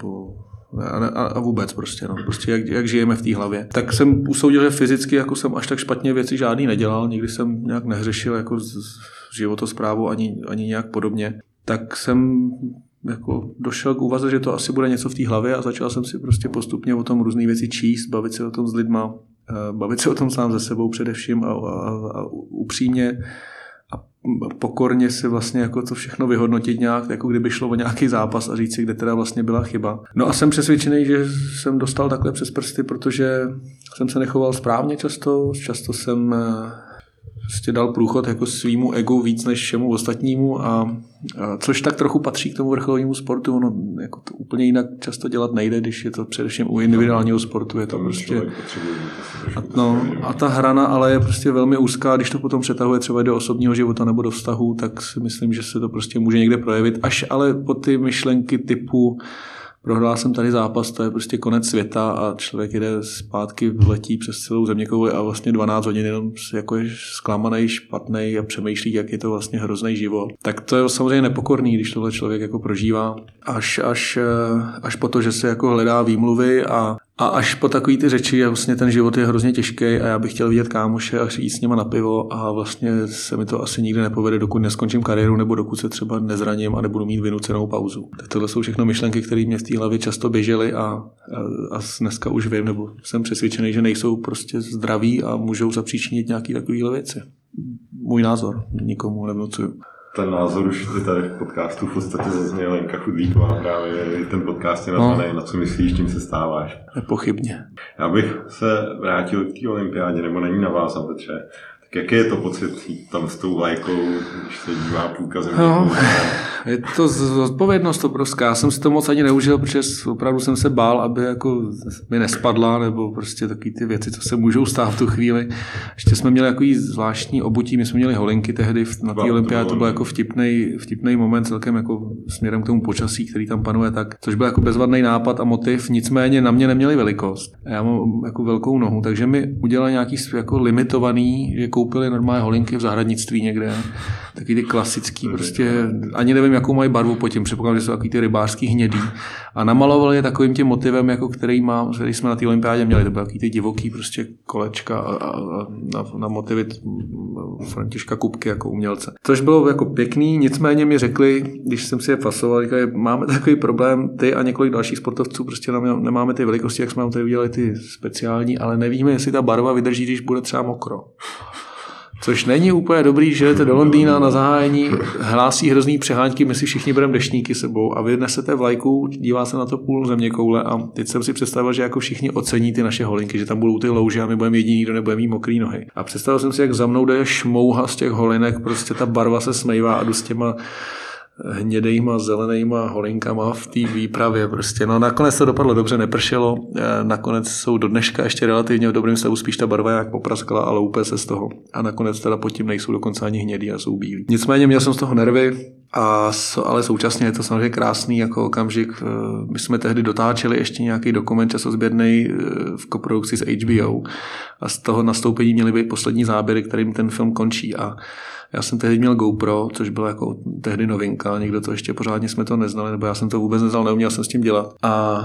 a vůbec prostě, no. Prostě jak žijeme v té hlavě. Tak jsem usoudil, že fyzicky jako jsem až tak špatně věci žádný nedělal, nikdy jsem nějak nehřešil jako životosprávu ani nějak podobně. Tak jsem jako došel k úvaze, že to asi bude něco v té hlavě a začal jsem si prostě postupně o tom různý věci číst, bavit se o tom s lidma, bavit se o tom sám se sebou především a upřímně a pokorně si vlastně jako to všechno vyhodnotit nějak, jako kdyby šlo o nějaký zápas a říct si, kde teda vlastně byla chyba. No a jsem přesvědčený, že jsem dostal takhle přes prsty, protože jsem se nechoval správně často jsem prostě dal průchod jako svýmu egu víc než všemu ostatnímu a což tak trochu patří k tomu vrcholovému sportu. Ono jako to úplně jinak často dělat nejde, když je to především u individuálního sportu. Je to prostě a ta hrana ale je prostě velmi úzká, když to potom přetahuje třeba do osobního života nebo do vztahu, tak si myslím, že se to prostě může někde projevit. Až ale po ty myšlenky typu prohrál jsem tady zápas, to je prostě konec světa a člověk jede zpátky, letí přes celou zeměkouli a vlastně 12 hodin jenom jako je zklamanej, špatnej a přemýšlí, jak je to vlastně hrozný život. Tak to je samozřejmě nepokorný, když tohle člověk jako prožívá až po to, že se jako hledá výmluvy a až po takový ty řeči, vlastně ten život je hrozně těžký a já bych chtěl vidět kámoše a jít s nima na pivo a vlastně se mi to asi nikdy nepovede, dokud neskončím kariéru nebo dokud se třeba nezraním a nebudu mít vynucenou pauzu. Tak tohle jsou všechno myšlenky, které mě v té hlavě často běžely a dneska už vím, nebo jsem přesvědčený, že nejsou prostě zdraví a můžou zapříčinit nějaké takovéhle věci. Můj názor, nikomu nevnucuju. Ten názor už je tady v podcastu v podstatě zazněl. Lenka Chudlíková právě ten podcast je nazvaný Na co myslíš, tím se stáváš. Nepochybně. Já bych se vrátil k té olympiádě, nebo na ní navázal, Petře. Tak jaký je to pocit jít tam s tou vlajkou, když se dívá půlka země? No, je to zodpovědnost obrovská. Já jsem si to moc ani neužil, protože opravdu jsem se bál, aby jako mi nespadla, nebo prostě taky ty věci, co se můžou stát v tu chvíli. Ještě jsme měli takový zvláštní obutí, my jsme měli holinky tehdy na té olympiádě, to byl jako vtipnej moment celkem jako směrem k tomu počasí, který tam panuje, tak, což byl jako bezvadný nápad a motiv, nicméně na mě neměli velikost. Já mám jako velkou nohu, takže mi udělali nějaký jako limitovaný, že koupili normálně holinky v zahradnictví někde, taky ty klasický, prostě ani nevím, jakou mají barvu pod tím, předpokládám, že jsou takový ty rybářský hnědý. A namalovali je takovým tím motivem, jako který jsme na té olympiádě měli, to byly takový ty divoký prostě kolečka a na motivy Františka Kupky jako umělce. Což bylo jako pěkný, nicméně mi řekli, když jsem si je fasoval, říkali, máme takový problém, ty a několik dalších sportovců, prostě nemáme ty velikosti, jak jsme nám tady udělali ty speciální, ale nevíme, jestli ta barva vydrží, když bude třeba mokro. Což není úplně dobrý, že jdete do Londýna na zahájení, hlásí hrozný přehánky, my si všichni bereme deštníky sebou a vy nesete vlajku, dívá se na to půl zeměkoule a teď jsem si představil, že jako všichni ocení ty naše holinky, že tam budou ty louže a my budeme jediný, kdo nebudeme mít mokrý nohy. A představil jsem si, jak za mnou jde šmouha z těch holinek, prostě ta barva se smejvá a jdu s těma hnědejma, zelenejma holinkama v té výpravě prostě. No nakonec to dopadlo dobře, nepršelo, nakonec jsou do dneška ještě relativně v dobrém stavu, spíš ta barva jak popraskla, ale úplně se z toho. A nakonec teda pod tím nejsou dokonce ani hnědý a jsou bílí. Nicméně měl jsem z toho nervy, ale současně je to samozřejmě krásný jako okamžik. My jsme tehdy dotáčeli ještě nějaký dokument časozběrný v koprodukci s HBO a z toho nastoupení měly být poslední záběry, kterým ten film končí a já jsem tehdy měl GoPro, což byla jako tehdy novinka, nikdo to ještě pořádně jsme to neznali, nebo já jsem to vůbec neznal, neuměl jsem s tím dělat. A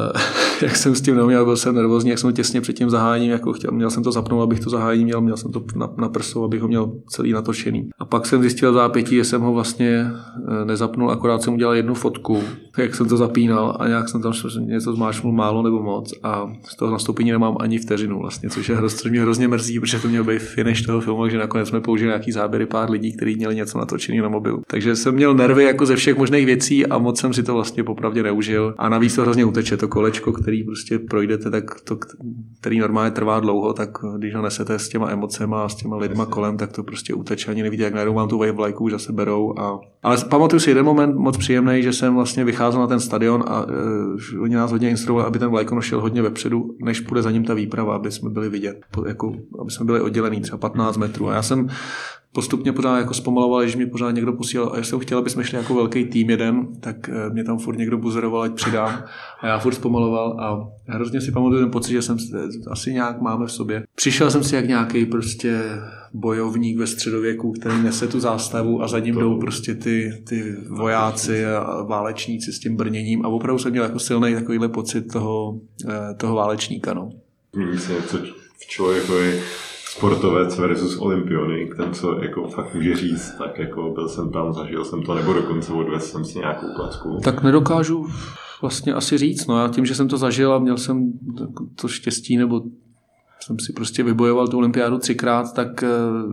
jak jsem s tím neuměl, byl jsem nervózní, jak jsem těsně před tím zahájením, jako měl jsem to zapnout, abych to zahájení měl jsem to na prsou, abych ho měl celý natočený. A pak jsem zjistil v zápětí, že jsem ho vlastně nezapnul, akorát jsem udělal jednu fotku, jak jsem to zapínal a nějak jsem tam něco zmáčknul málo nebo moc a z toho nastoupení nemám ani vteřinu vlastně, což mě hrozně mrzí, protože to měl být finish toho filmu, že nakonec jsme použili nějaký záběry pár lidí, kteří měli něco natočený na mobilu. Takže jsem měl nervy jako ze všech možných věcí a moc jsem si to vlastně popravdě neužil. A navíc to hrozně uteče, to kolečko, který prostě projdete, tak to, který normálně trvá dlouho, tak když ho nesete s těma emocema a s těma lidma kolem, tak to prostě uteče, ani nevíte, jak najednou vám tu vlajku už zase berou. Ale pamatuju si jeden moment moc příjemný, že jsem vlastně vycházel na ten stadion a oni nás hodně instruovali, aby ten vlajkonoš šel hodně vepředu, než půjde za ním ta výprava, aby jsme byli vidět, jako, aby jsme byli oddělení třeba 15 metrů. A já jsem postupně pořád jako zpomaloval, když mě pořád někdo posílal a já jsem chtěl, aby jsme šli jako velký tým jeden, tak mě tam furt někdo buzeroval, ať přidám a já furt zpomaloval a hrozně si pamatuju ten pocit, že jsem asi nějak máme v sobě. Přišel jsem si jak nějaký prostě bojovník ve středověku, který nese tu zástavu a za ním jdou prostě ty vojáci a válečníci s tím brněním a opravdu jsem měl jako silný takovýhle pocit toho válečníka. No. Zmíní se něco v člověkovi sportovec versus olympionik, ten, co jako fakt může říct, tak jako byl jsem tam, zažil jsem to, nebo dokonce odvezl jsem si nějakou placku. Tak nedokážu vlastně asi říct, no já tím, že jsem to zažil a měl jsem to štěstí, nebo jsem si prostě vybojoval tu olympiádu 3krát, tak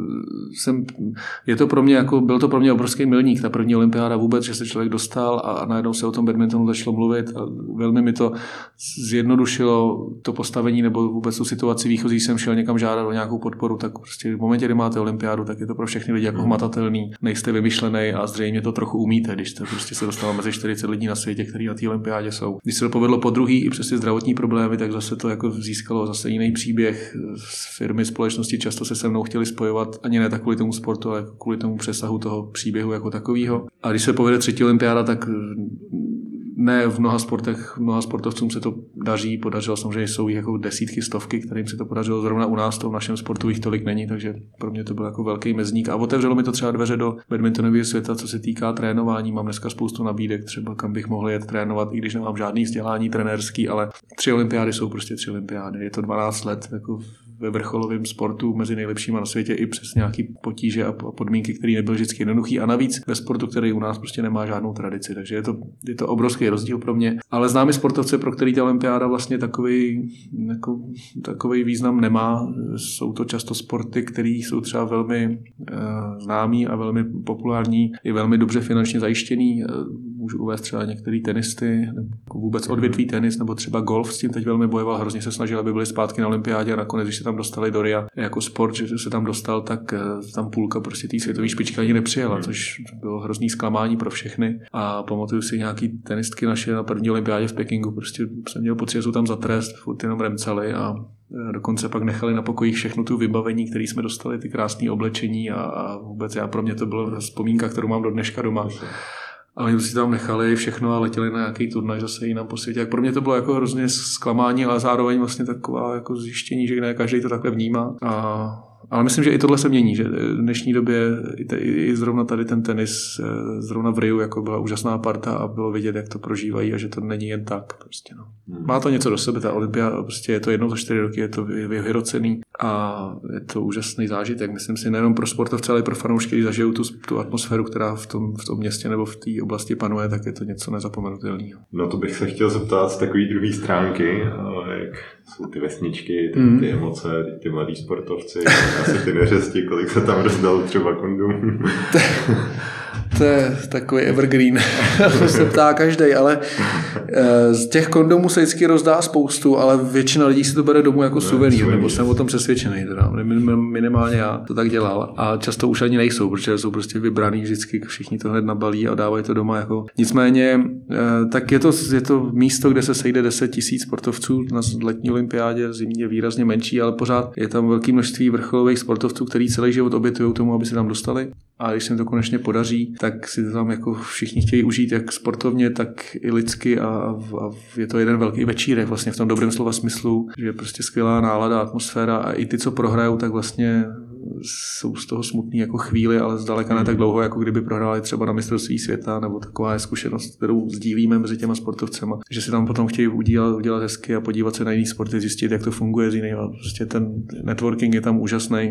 byl to pro mě obrovský milník, ta první olympiáda vůbec, že se člověk dostal a najednou se o tom badmintonu začalo mluvit a velmi mi to zjednodušilo to postavení nebo vůbec tu situaci výchozí, jsem šel někam žádat o nějakou podporu, tak prostě v momentě, kdy máte olympiádu, tak je to pro všechny lidi jako hmatatelný, nejste vymyšlený a zřejmě to trochu umíte, když jste prostě se dostalo mezi 40 lidí na světě, kteří na té olympiádě jsou. Když se to povedlo po druhý i přes ty zdravotní problémy, tak zase to jako získalo zase jiný příběh. Firmy, společnosti často se mnou chtěli spojovat ani ne tak kvůli tomu sportu, ale kvůli tomu přesahu toho příběhu jako takového. A když se povede třetí olympiáda, tak ne v mnoha sportovcům se to daří, podařilo samozřejmě, jsou jich jako desítky, stovky, kterým se to podařilo, zrovna u nás to v našem sportu jich tolik není, takže pro mě to byl jako velký mezník a otevřelo mi to třeba dveře do badmintonového světa, co se týká trénování. Mám dneska spoustu nabídek, třeba kam bych mohl jet trénovat, i když nemám žádný vzdělání trenérský, ale 3 olympiády jsou prostě 3 olympiády. Je to 12 let jako ve vrcholovém sportu mezi nejlepšíma na světě i přes nějaký potíže a podmínky, které nebyly vždycky jednoduchý a navíc ve sportu, který u nás prostě nemá žádnou tradici, takže je to obrovský rozdíl pro mě. Ale známe sportovce, pro který ta olympiáda vlastně takový význam nemá. Jsou to často sporty, které jsou třeba velmi známý a velmi populární, i velmi dobře finančně zajištěný. Můžu uvést třeba některý tenisty, nebo vůbec odvětví tenis, nebo třeba golf, s tím teď velmi bojoval, hrozně se snažil, aby byli zpátky na olympiádě a nakonec, když se tam dostali do Ria jako sport, že se tam dostal, tak tam půlka prostě té světové špičky ani nepřijela, což bylo hrozný zklamání pro všechny. A pamatuju si nějaký tenistky naše na první olympiádě v Pekingu, prostě jsem měl pocit, že jsou tam za trest, furt jenom remcali a dokonce pak nechali na pokoji všechno tu vybavení, které jsme dostali, ty krásné oblečení a vůbec pro mě to byla vzpomínka, kterou mám do dneška doma. A oni si tam nechali všechno a letěli na nějaký turnaj zase jinam po světě. Jak pro mě to bylo jako hrozně zklamání, ale zároveň vlastně taková jako zjištění, že ne každý to takhle vnímá. A Ale myslím, že i tohle se mění, že v dnešní době i zrovna tady ten tenis, zrovna v Riu jako byla úžasná parta a bylo vidět, jak to prožívají a že to není jen tak. Prostě, no. Má to něco do sebe, ta olympia, prostě je to jednou za 4 roky, je to vyhrocený a je to úžasný zážitek. Myslím si, nejenom pro sportovce, ale i pro fanoušky, když zažijou tu atmosféru, která v tom městě nebo v té oblasti panuje, tak je to něco nezapomenutelného. No to bych se chtěl zeptat z takové druhé stránky, jak jsou ty vesničky, ty emoce, ty mladí sportovci, asi ty neřesti, kolik se tam rozdalo třeba kondomů. To je takový evergreen, to se ptá každej, ale z těch kondomů se vždycky rozdá spoustu, ale většina lidí si to bere domů jako suvenýr, nebo jsem o tom přesvědčený, teda. Minimálně já to tak dělal a často už ani nejsou, protože jsou prostě vybraný vždycky, všichni to hned nabalí a dávají to doma. Jako. Nicméně, tak je to místo, kde se sejde 10 000 sportovců na letní olympiádě, zimní je výrazně menší, ale pořád je tam velké množství vrcholových sportovců, kteří celý život obětují tomu, aby se tam dostali. A když se jim to konečně podaří, tak si to tam jako všichni chtějí užít, jak sportovně, tak i lidsky a je to jeden velký večírek vlastně v tom dobrém slova smyslu, že je prostě skvělá nálada, atmosféra a i ty, co prohrajou, tak vlastně jsou z toho smutný jako chvíli, ale zdaleka ne tak dlouho, jako kdyby prohráli třeba na mistrovství světa, nebo taková je zkušenost, kterou sdílíme mezi těma sportovcema, že si tam potom chtějí udělat hezky a podívat se na jiný sporty, zjistit, jak to funguje z jiného. Prostě ten networking je tam taková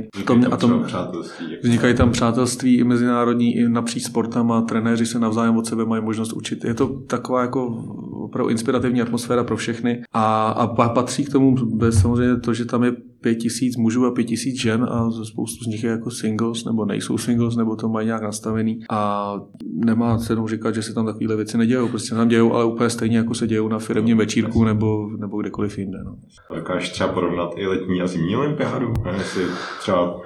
vznikají tam přátelství i mezinárodní, i napříč sportama, trenéři se navzájem od sebe mají možnost učit. Je to taková jako opravdu inspirativní atmosféra pro všechny a patří k tomu samozřejmě to, že tam je 5 000 mužů a 5 000 žen a spoustu z nich je jako singles nebo nejsou singles, nebo to mají nějak nastavený a nemá cenu říkat, že se tam takovéhle věci nedějou, prostě tam dějou, ale úplně stejně jako se dějou na firemním večírku nebo kdekoliv jinde. No. Dokážeš třeba porovnat i letní a zimní olympiádu? Jestli třeba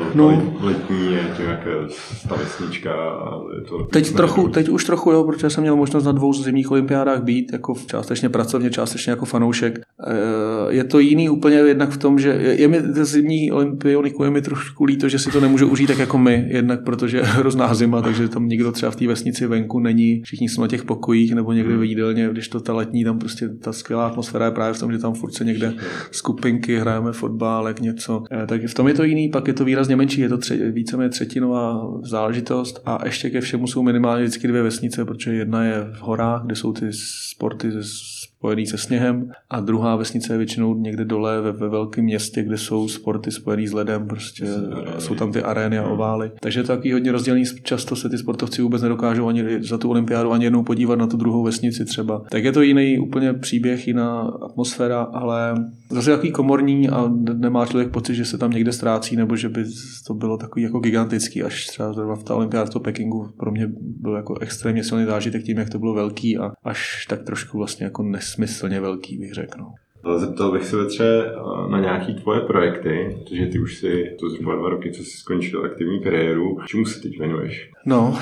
letní je to nějaká stavesnička a je to... Teď už trochu, jo, protože jsem měl možnost na 2 zimních olympiádách být, jako částečně pracovně, částečně jako fanoušek. Je to jiný úplně jednak v tom, že je mi zimní olympioniku je mi trošku líto, že si to nemůžu užít tak jako my, jednak protože je hrozná zima, takže tam nikdo třeba v té vesnici venku není, všichni jsou na těch pokojích nebo někde v jídelně, když to ta letní, tam prostě ta skvělá atmosféra je právě v tom, že tam furt se někde skupinky, hrajeme fotbálek, něco. Tak v tom je to jiný, pak je to výrazně menší, je to víceméně třetinová záležitost a ještě ke všemu jsou minimálně vždycky 2 vesnice, protože jedna je v horách, kde jsou ty sporty spojený se sněhem a druhá vesnice je většinou někde dole ve velkém městě, kde jsou sporty spojený s ledem, prostě jsou tam ty arény a ovály. Takže je to takový hodně rozdělený, často se ty sportovci vůbec nedokážou ani za tu olympiádu ani jednou podívat na tu druhou vesnici třeba. Tak je to jiný úplně příběh, jiná atmosféra, ale zase takový komorní a nemá člověk pocit, že se tam někde ztrácí nebo že by to bylo takový jako gigantický, až třeba v ta olympiáda v Pekingu pro mě byl jako extrémně silný zážitek tím, jak to bylo velký a až tak trošku vlastně jako nesmyslně velký, bych řekl. Zeptal bych se třeba na nějaký tvoje projekty, protože ty už si to zhruba 2 roky, co jsi skončil aktivní kariéru. Čemu se teď věnuješ? No,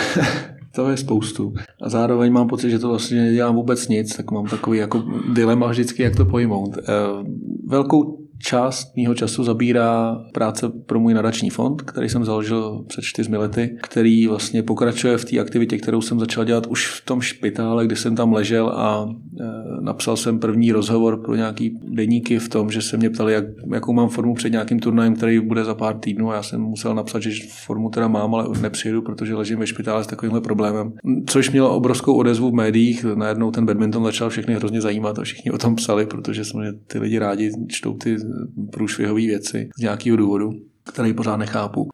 to je spoustu. A zároveň mám pocit, že to vlastně nedělám vůbec nic, tak mám takový jako dilema vždycky, jak to pojmout. Velkou část mýho času zabírá práce pro můj nadační fond, který jsem založil před 4 lety, který vlastně pokračuje v té aktivitě, kterou jsem začal dělat už v tom špitále, kdy jsem tam ležel a napsal jsem první rozhovor pro nějaký deníky v tom, že se mě ptali, jakou mám formu před nějakým turnajem, který bude za pár týdnů a já jsem musel napsat, že formu teda mám, ale nepřijedu, protože ležím ve špitále s takovýmhle problémem. Což mělo obrovskou odezvu v médiích, najednou ten badminton začal všechny hrozně zajímat a všichni o tom psali, protože samozřejmě ty lidi rádi čtou ty průšvihové věci z nějakého důvodu, který pořád nechápu.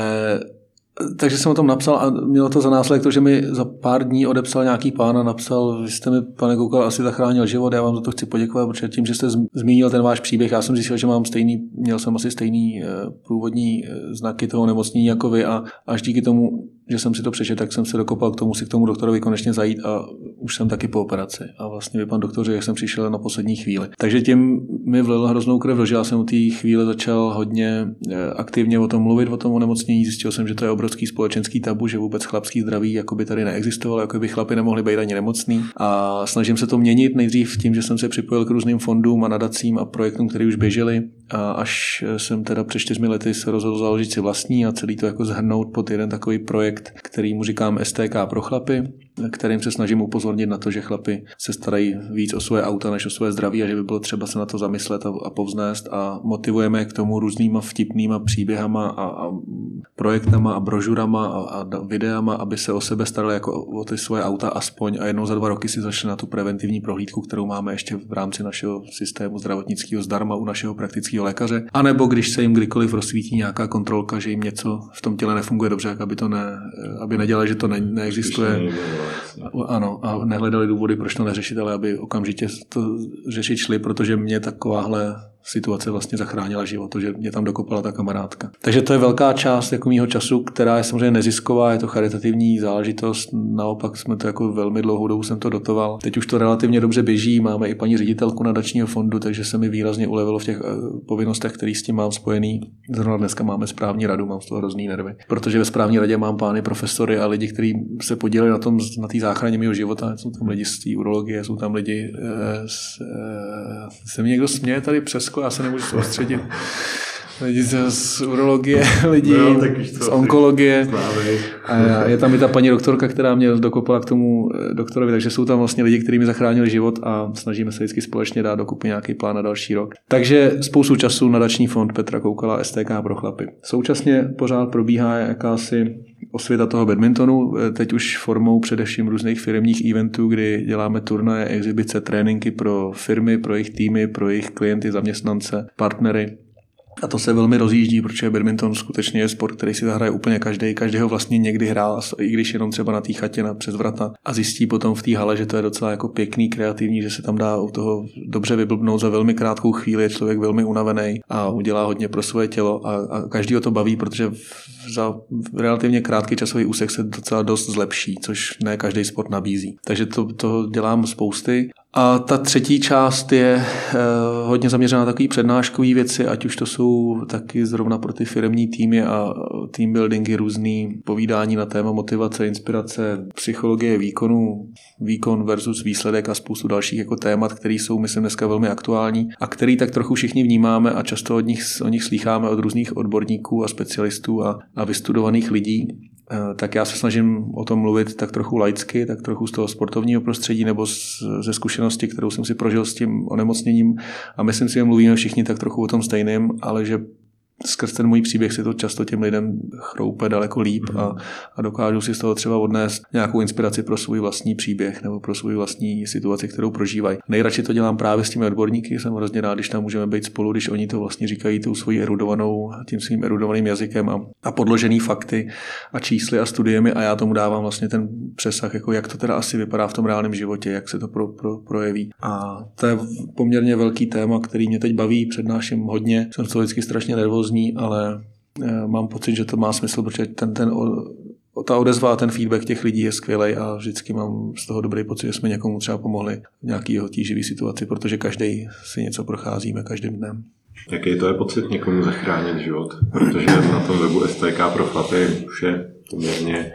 Takže jsem o tom napsal a mělo to za následek to, že mi za pár dní odepsal nějaký pán a napsal, vy jste mi, pane Koukal, asi zachránil život, já vám za to chci poděkovat, protože tím, že jste zmínil ten váš příběh, já jsem zjistil, že měl jsem asi stejný průvodní znaky toho nemocnění jako vy a až díky tomu, že jsem si to přečetl, tak jsem se dokopal k tomu doktorovi konečně zajít a už jsem taky po operaci. A vlastně by pan doktor řekl, jak jsem přišel na poslední chvíli. Takže tím mi vlil hroznou krev do žil. Já jsem u té chvíle začal hodně aktivně o tom mluvit, o tom onemocnění. Zjistil jsem, že to je obrovský společenský tabu, že vůbec chlapský zdraví jako by tady neexistovalo, jako by chlapi nemohli být ani nemocný. A snažím se to měnit nejdřív tím, že jsem se připojil k různým fondům a nadacím a projektům, které už běžely. a až jsem teda před 4 lety se rozhodl založit si vlastní a celý to jako zhrnout pod jeden takový projekt, který mu říkám STK pro chlapy, kterým se snažím upozornit na to, že chlapi se starají víc o svoje auta než o svoje zdraví a že by bylo třeba se na to zamyslet a povznést a motivujeme k tomu různýma vtipnýma příběhama a projektama a brožurama a videama, aby se o sebe starali jako o ty svoje auta aspoň a jednou za 2 roky si zašli na tu preventivní prohlídku, kterou máme ještě v rámci našeho systému zdravotnického zdarma u našeho praktického lékaře. A nebo když se jim kdykoliv rozsvítí nějaká kontrolka, že jim něco v tom těle nefunguje dobře, tak aby nedělali, že to neexistuje. Ano, a nehledali důvody, proč to neřešit, ale aby okamžitě to řešit šli, protože mě takováhle situace vlastně zachránila život, že mě tam dokopala ta kamarádka. Takže to je velká část jako mýho času, která je samozřejmě nezisková, je to charitativní záležitost, naopak jsme to jako velmi dlouhou dobu jsem to dotoval. Teď už to relativně dobře běží, máme i paní ředitelku nadačního fondu, takže se mi výrazně ulevilo v těch povinnostech, které s tím mám spojený. Zrovna dneska máme správní radu, mám z toho hrozný nervy, protože ve správní radě mám pány profesory a lidi, kteří se podíleli na té záchraně mého života, jsou tam lidi z té urologie, jsou tam lidi se mi někdo směje tady přes já se nemůžu soustředit. Lidi z urologie, lidi z onkologie. A je tam i ta paní doktorka, která mě dokopala k tomu doktorovi, takže jsou tam vlastně lidi, kteří mi zachránili život a snažíme se vždycky společně dát dokupy nějaký plán na další rok. Takže spoustu času nadační fond Petra Koukala STK pro chlapy. Současně pořád probíhá jakási osvěta toho badmintonu, teď už formou především různých firemních eventů, kdy děláme turnaje, exibice, tréninky pro firmy, pro jejich týmy, pro jejich klienty, zaměstnance, partnery. A to se velmi rozjíždí, protože badminton skutečně je sport, který si zahraje úplně každý ho vlastně někdy hrál, i když jenom třeba na té chatě přes vrata a zjistí potom v té hale, že to je docela jako pěkný, kreativní, že se tam dá u toho dobře vyblbnout za velmi krátkou chvíli, je člověk velmi unavený a udělá hodně pro svoje tělo a každý ho to baví, protože za relativně krátký časový úsek se docela dost zlepší, což ne každý sport nabízí. Takže to dělám spousty. A ta třetí část je hodně zaměřená na takové přednáškové věci, ať už to jsou taky zrovna pro ty firemní týmy a team buildingy, různý povídání na téma motivace, inspirace, psychologie výkonu, výkon versus výsledek a spoustu dalších jako témat, které jsou, myslím, dneska velmi aktuální a který tak trochu všichni vnímáme a často o nich slýcháme od různých odborníků a specialistů a vystudovaných lidí. Tak já se snažím o tom mluvit tak trochu laicky, tak trochu z toho sportovního prostředí nebo ze zkušenosti, kterou jsem si prožil s tím onemocněním a myslím si, že mluvíme všichni tak trochu o tom stejném, ale že skrz ten můj příběh si to často těm lidem chroupe daleko líp a dokážu si z toho třeba odnést nějakou inspiraci pro svůj vlastní příběh nebo pro svůj vlastní situaci, kterou prožívají. Nejradši to dělám právě s těmi odborníky, jsem hrozně rád, když tam můžeme být spolu, když oni to vlastně říkají tím svým erudovaným jazykem a podložený fakty a čísly a studiemi a já tomu dávám vlastně ten přesah, jako jak to teda asi vypadá v tom reálném životě, jak se to projeví. A to je poměrně velký téma, který mě teď baví, přednáším hodně, jsem to vždycky strašně nervózní, ale mám pocit, že to má smysl, protože ta odezva a ten feedback těch lidí je skvělej a vždycky mám z toho dobrý pocit, že jsme někomu třeba pomohli v nějaký jeho tíživý situaci, protože každý si něco procházíme každým dnem. Jaký to je pocit někomu zachránit život? Protože na tom webu STK pro chlapy už je poměrně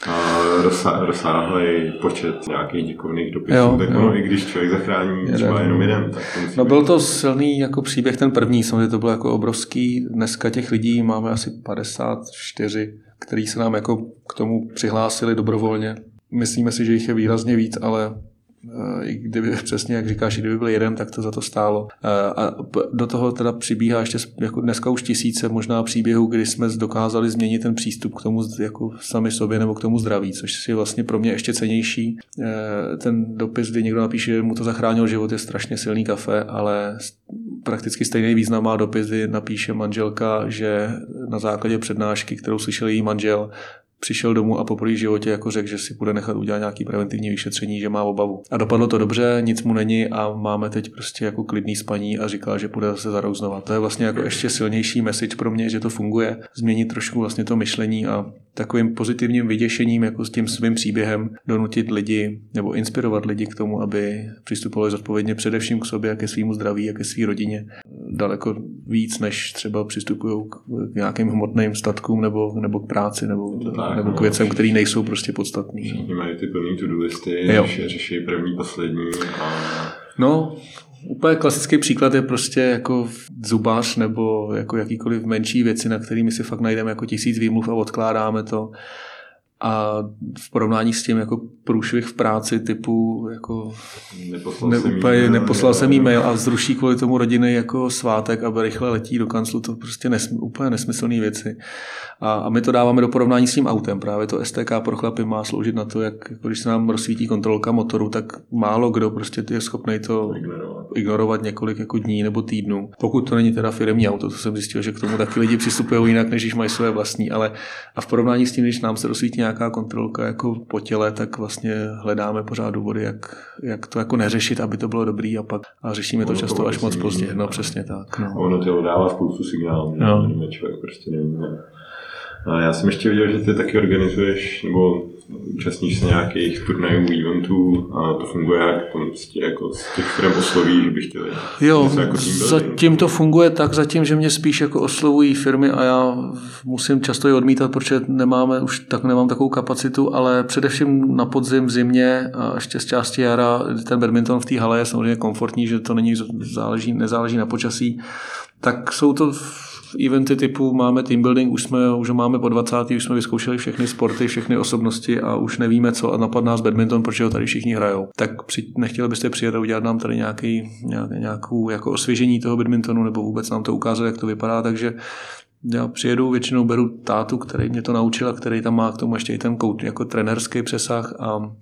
rozsáhlý počet nějakých děkovných dopisů, tak ono, i když člověk zachrání třeba jenom jeden, tak to musí být. Byl to silný jako příběh ten první, samozřejmě to bylo jako obrovský. Dneska těch lidí máme asi 54, kteří se nám jako k tomu přihlásili dobrovolně. Myslíme si, že jich je výrazně víc, ale i kdyby přesně, jak říkáš, kdyby byl jeden, tak to za to stálo. A do toho teda přibíhá ještě jako dneska už tisíce možná příběhů, kdy jsme dokázali změnit ten přístup k tomu jako sami sobě nebo k tomu zdraví, což je vlastně pro mě ještě cennější. Ten dopis, kdy někdo napíše, že mu to zachránil život, je strašně silný kafe, ale prakticky stejný význam má dopis, kdy napíše manželka, že na základě přednášky, kterou slyšel její manžel, přišel domů a poprvé v životě jako řekl, že si bude nechat udělat nějaký preventivní vyšetření, že má obavu. A dopadlo to dobře, nic mu není a máme teď prostě jako klidný spaní a říkal, že půjde zase za rok znova. To je vlastně jako ještě silnější message pro mě, že to funguje, změnit trošku vlastně to myšlení a takovým pozitivním vyděšením jako s tím svým příběhem donutit lidi nebo inspirovat lidi k tomu, aby přistupovali zodpovědně především k sobě a ke svému zdraví a ke své rodině. Daleko víc, než třeba přistupují k nějakým hmotným statkům nebo k práci nebo k věcem, které nejsou prostě podstatné. Všichni mají ty plný to-do listy, řeší první, poslední a No, úplně klasický příklad je prostě jako zubař nebo jako jakýkoliv menší věci, na kterými si fakt najdeme jako 1000 výmluv a odkládáme to. A v porovnání s tím jako průšvih v práci typu jako neposlal jsem e-mail a zruší kvůli tomu rodiny jako svátek, aby rychle letí do kanclu, to prostě úplně nesmyslné věci. A my to dáváme do porovnání s tím autem. Právě to STK pro chlapy má sloužit na to, jako když se nám rozsvítí kontrolka motoru, tak málo kdo prostě je schopný to ignorovat několik jako dní nebo týdnů. Pokud to není teda firemní auto, to jsem zjistil, že k tomu taky lidi přistupují jinak, než když mají své vlastní, ale a v porovnání s tím, když nám se rozsvítí nějaká kontrolka jako po těle, tak vlastně hledáme pořád důvody, jak to jako neřešit, aby to bylo dobrý a řešíme to často až moc pozdě. No přesně tak. No. Ono tělo dává spoustu signálů, no. Člověk prostě nevíme. A já jsem ještě viděl, že ty taky organizuješ nebo účastníš se nějakých turnajů, eventů a to funguje jak tam jako z těch firm osloví, že by chtěli. Jo, jako zatím to funguje tak, že mě spíš jako oslovují firmy a já musím často je odmítat, protože nemám takovou kapacitu, ale především na podzim, v zimě a ještě z části jara ten badminton v té hale je samozřejmě komfortní, že to nezáleží na počasí, tak jsou to eventy typu máme team building, už máme po 20. už jsme vyzkoušeli všechny sporty, všechny osobnosti a už nevíme co a napadl nás badminton, protože ho tady všichni hrajou. Tak nechtěli byste přijet a udělat nám tady nějakou jako osvěžení toho badmintonu nebo vůbec nám to ukázat, jak to vypadá, takže já přijedu, většinou beru tátu, který mě to naučil a který tam má k tomu ještě i ten jako trenérský přesah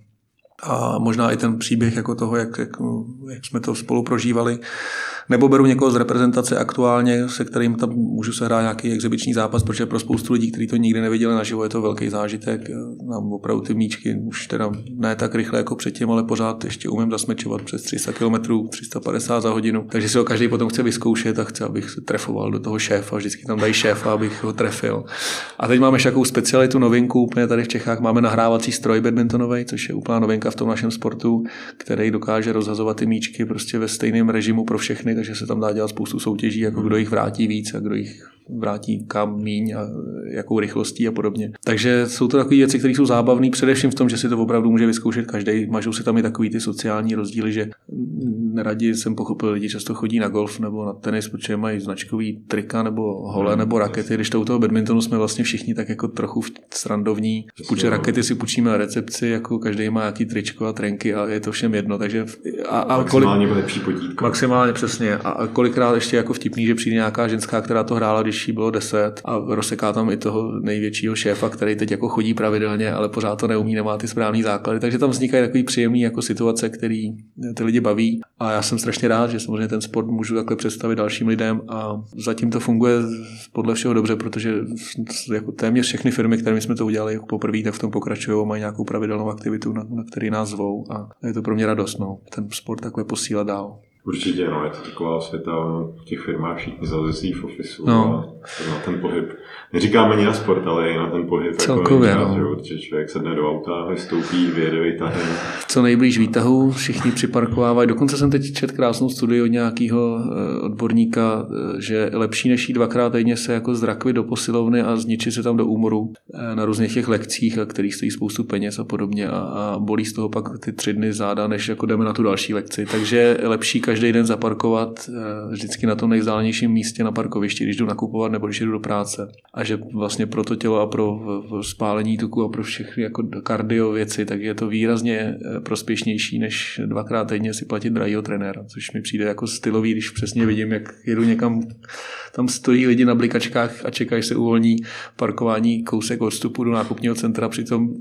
a možná i ten příběh jako toho, jak jsme to spolu prožívali. Nebo beru někoho z reprezentace aktuálně, se kterým tam můžu sehrát nějaký exibiční zápas, protože pro spoustu lidí, kteří to nikdy neviděli naživo, je to velký zážitek. Nám opravdu ty míčky už teda ne tak rychle jako předtím, ale pořád ještě umím zasmečovat přes 300 km, 350 za hodinu. Takže si ho každý potom chce vyzkoušet a chce, abych se trefoval do toho šéfa. Vždycky tam dají šéfa, abych ho trefil. A teď máme takovou specialitu, novinku, úplně tady v Čechách máme nahrávací stroj badmintonový, což je úplná novinka v tom našem sportu, který dokáže rozhazovat ty míčky prostě ve stejném režimu pro všechny, takže se tam dá dělat spoustu soutěží, jako kdo jich vrátí víc a kdo jich vrátí kam míň a jakou rychlostí a podobně. Takže jsou to takové věci, které jsou zábavné, především v tom, že si to opravdu může vyzkoušet každý. Mažou si tam i takový ty sociální rozdíly, že neradi jsem pochopil, lidi často chodí na golf nebo na tenis, protože mají značkový trika nebo hole nebo rakety. Když to u toho badmintonu jsme vlastně všichni tak jako trochu srandovní. Rakety si půjčíme na recepci, jako každý má nějaký tričko a trenky a je to všem jedno. Takže maximálně lepší potítko. Maximálně přesně. A kolikrát ještě jako vtipný, že přijde nějaká ženská, která to hrála, když jí bylo 10 a rozseká tam i toho největšího šéfa, který teď jako chodí pravidelně, ale pořád to neumí, nemá ty správný základy. Takže tam vznikají takový příjemný jako situace, který ty lidi baví. A já jsem strašně rád, že samozřejmě ten sport můžu takhle představit dalším lidem a zatím to funguje podle všeho dobře, protože jako téměř všechny firmy, kterými jsme to udělali jako poprvé, tak v tom pokračují, mají nějakou pravidelnou aktivitu, na který nás zvou a je to pro mě radost, ten sport takhle posílat dál. Určitě, je to taková osvěta, v těch firmách všichni zalezí v ofisu a na ten pohyb. Neříkám ani na sport, ale i na ten pohyb. Celkově, Určitě člověk sedne do auta, vystoupí, vyjede výtahem. Co nejblíž výtahu, všichni připarkovávají. Dokonce jsem teď četl krásnou studii od nějakého odborníka, že lepší než jít 2krát týdně se jako z rakvy do posilovny a zničit se tam do úmoru na různých těch lekcích, a kterých stojí spoustu peněz a podobně a bolí z toho pak ty 3 dny záda, než jako jdeme na tu další lekci. Takže lepší každý den zaparkovat vždycky na tom nejvzdálenějším místě na parkovišti, když jdu nakupovat nebo když jdu do práce. A že vlastně pro to tělo a pro spálení tuku a pro všechny jako kardio věci, tak je to výrazně prospěšnější, než 2krát týdně si platit drahýho trenéra, což mi přijde jako stylový, když přesně vidím, jak jedu někam, tam stojí lidi na blikačkách a čekají, se uvolní parkování kousek od vstupu do nákupního centra, přitom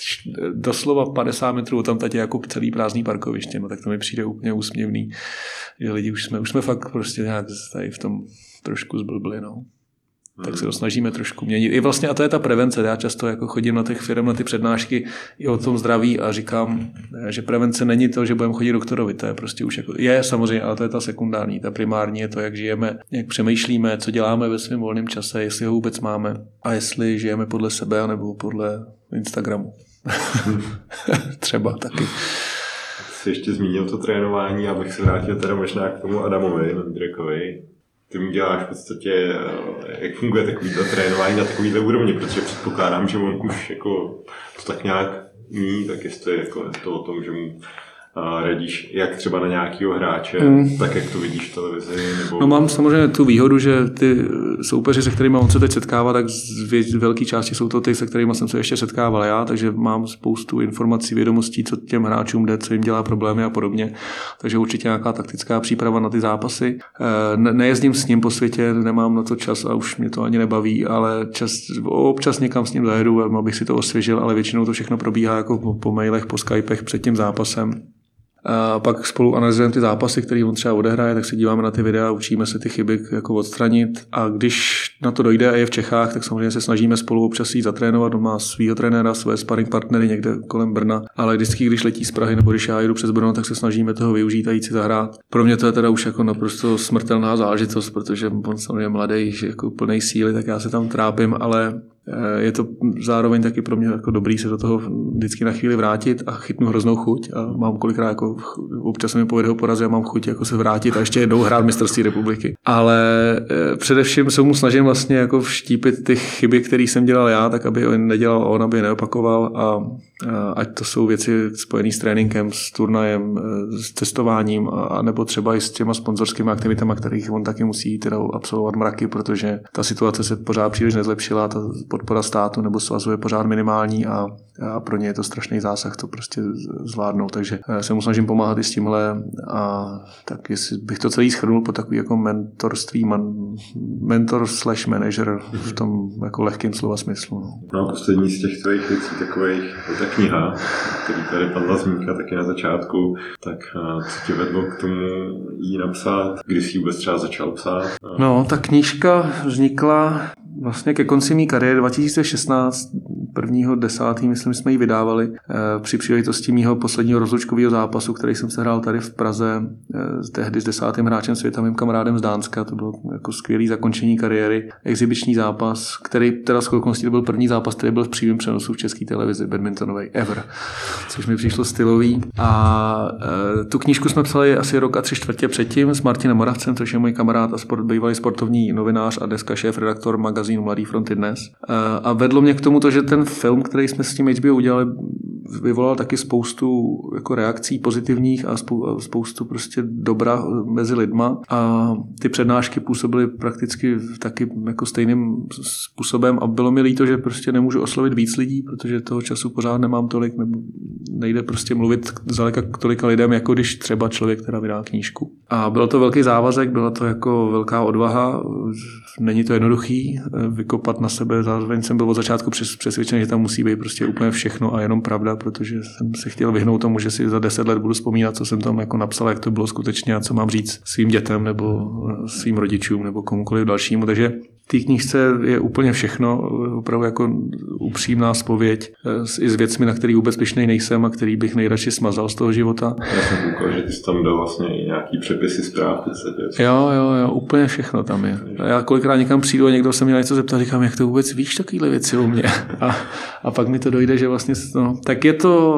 doslova 50 metrů tam tady je jako celý prázdný parkoviště, tak to mi přijde úplně úsměvný, že lidi už jsme fakt prostě nějak tady v tom trošku zblbli, Tak se to snažíme trošku měnit. I vlastně, a to je ta prevence. Já často jako chodím na těch firm, na ty přednášky i o tom zdraví a říkám, že prevence není to, že budeme chodit doktorovi. To je prostě už jako, je samozřejmě, ale to je ta sekundární. Ta primární je to, jak žijeme, jak přemýšlíme, co děláme ve svém volném čase, jestli ho vůbec máme a jestli žijeme podle sebe nebo podle Instagramu. Třeba taky. Jsi ještě zmínil to trénování, abych se vrátil teda možná k tomu Adamovi, Nandrekovi. Ty mu děláš v podstatě, jak funguje takovýhle trénování na takovýhle úrovni, protože předpokládám, že on už jako to tak nějak umí, tak jestli je jako to o tom, že mu radíš jak třeba na nějakého hráče, tak jak to vidíš v televizi? Nebo... No mám samozřejmě tu výhodu, že ty soupeři, se kterými on se teď setkává, tak z velké části jsou to ty, se kterými jsem se ještě setkával já, takže mám spoustu informací, vědomostí, co těm hráčům jde, co jim dělá problémy a podobně. Takže určitě nějaká taktická příprava na ty zápasy. Nejezdím s ním po světě, nemám na to čas a už mě to ani nebaví, ale občas někam s ním zajedu, abych si to osvěžil, ale většinou to všechno probíhá jako po mailech, po Skypech před tím zápasem. A pak spolu analyzujeme ty zápasy, které on třeba odehraje, tak se díváme na ty videa, učíme se ty chyby jako odstranit a když na to dojde a je v Čechách, tak samozřejmě se snažíme spolu občas jít zatrénovat. On má svýho trenéra, své sparring partnery někde kolem Brna, ale vždycky, když letí z Prahy nebo když já jedu přes Brno, tak se snažíme toho využít a jít si zahrát. Pro mě to je teda už jako naprosto smrtelná záležitost, protože on samozřejmě mladý, jako plnej síly, tak já se tam trápím, ale je to zároveň taky pro mě jako dobrý se do toho vždycky na chvíli vrátit a chytnu hroznou chuť a mám kolikrát jako občas se mi povede ho porazit a mám chuť jako se vrátit a ještě jednou hrát mistrovství republiky. Ale především se mu snažím vlastně jako vštípit ty chyby, které jsem dělal já, tak aby on nedělal on, aby je neopakoval a ať to jsou věci spojené s tréninkem, s turnajem, s testováním a nebo třeba i s těma sponzorskými aktivitami, kterých on taky musí teda absolvovat mraky, protože ta situace se pořád příliš nezlepšila, ta podpora státu nebo svazu je pořád minimální a pro ně je to strašný zásah to prostě zvládnout, takže se mu snažím pomáhat i s tímhle a tak jestli bych to celý shrnul po takový jako mentorství, mentor/manager v tom jako lehkém slova smyslu. No poslední z těch tvojich věcí takových, ta kniha, který tady padla zmínka taky na začátku, tak co tě vedlo k tomu jí napsat, kdy jsi vůbec třeba začal psát? No, ta knížka vznikla vlastně ke konci mé kariéry 2016, 1.10. myslím, jsme ji vydávali při příležitosti mýho posledního rozlučkového zápasu, který jsem se hrál tady v Praze, tehdy s 10. hráčem světa, mým kamarádem z Dánska. To bylo jako skvělý zakončení kariéry, exibiční zápas, který teda s okolností byl první zápas, který byl v přímém přenosu v české televizi, badmintonovej ever, což mi přišlo stylový. A tu knížku jsme psali asi rok a 3/4 předtím s Martinem Moravcem, což je můj kamarád a bývalý sportovní novinář a dneska šéf-redaktor magazínu Mladý fronty Dnes. A vedlo mě k tomu to, že ten film, který jsme s tím HBO udělali, vyvolal taky spoustu jako reakcí pozitivních a spoustu prostě dobra mezi lidma a ty přednášky působily prakticky taky jako stejným způsobem a bylo mi líto, že prostě nemůžu oslovit víc lidí, protože toho času pořád nemám tolik, nejde prostě mluvit zdaleka k tolika lidem, jako když třeba člověk, která vydá knížku. A byl to velký závazek, byla to jako velká odvaha, není to jednoduchý vykopat na sebe, zároveň jsem byl od začátku přesvědčen, že tam musí být prostě úplně všechno a jenom pravda, protože jsem se chtěl vyhnout tomu, že si za 10 let budu vzpomínat, co jsem tam jako napsal, jak to bylo skutečně a co mám říct svým dětem nebo svým rodičům nebo komukoliv dalšímu, takže v té knížce je úplně všechno, opravdu jako upřímná zpověď i s věcmi, na který vůbec pyšnej nejsem a který bych nejradši smazal z toho života. Já jsem koukal, že ty jsi tam dal vlastně i nějaký přepisy zpráv. Jo, úplně všechno tam je. Já kolikrát někam přijdu a někdo se mě na něco zeptá, říkám, jak to vůbec víš takovýhle věci o mě. A pak mi to dojde, že vlastně, tak je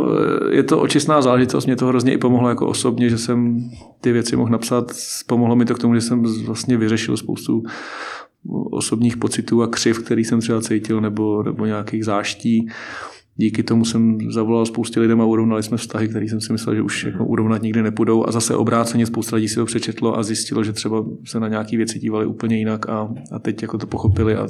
to očistná záležitost, mě to hrozně i pomohlo jako osobně, že jsem ty věci mohl napsat, pomohlo mi to k tomu, že jsem vlastně vyřešil spoustu osobních pocitů a křiv, který jsem třeba cítil, nebo nějakých záští. Díky tomu jsem zavolal spoustě lidem a urovnali jsme vztahy, které jsem si myslel, že už jako urovnat nikdy nepůjdou. A zase obráceně spousta lidí si to přečetlo a zjistilo, že třeba se na nějaké věci dívali úplně jinak a teď jako to pochopili. A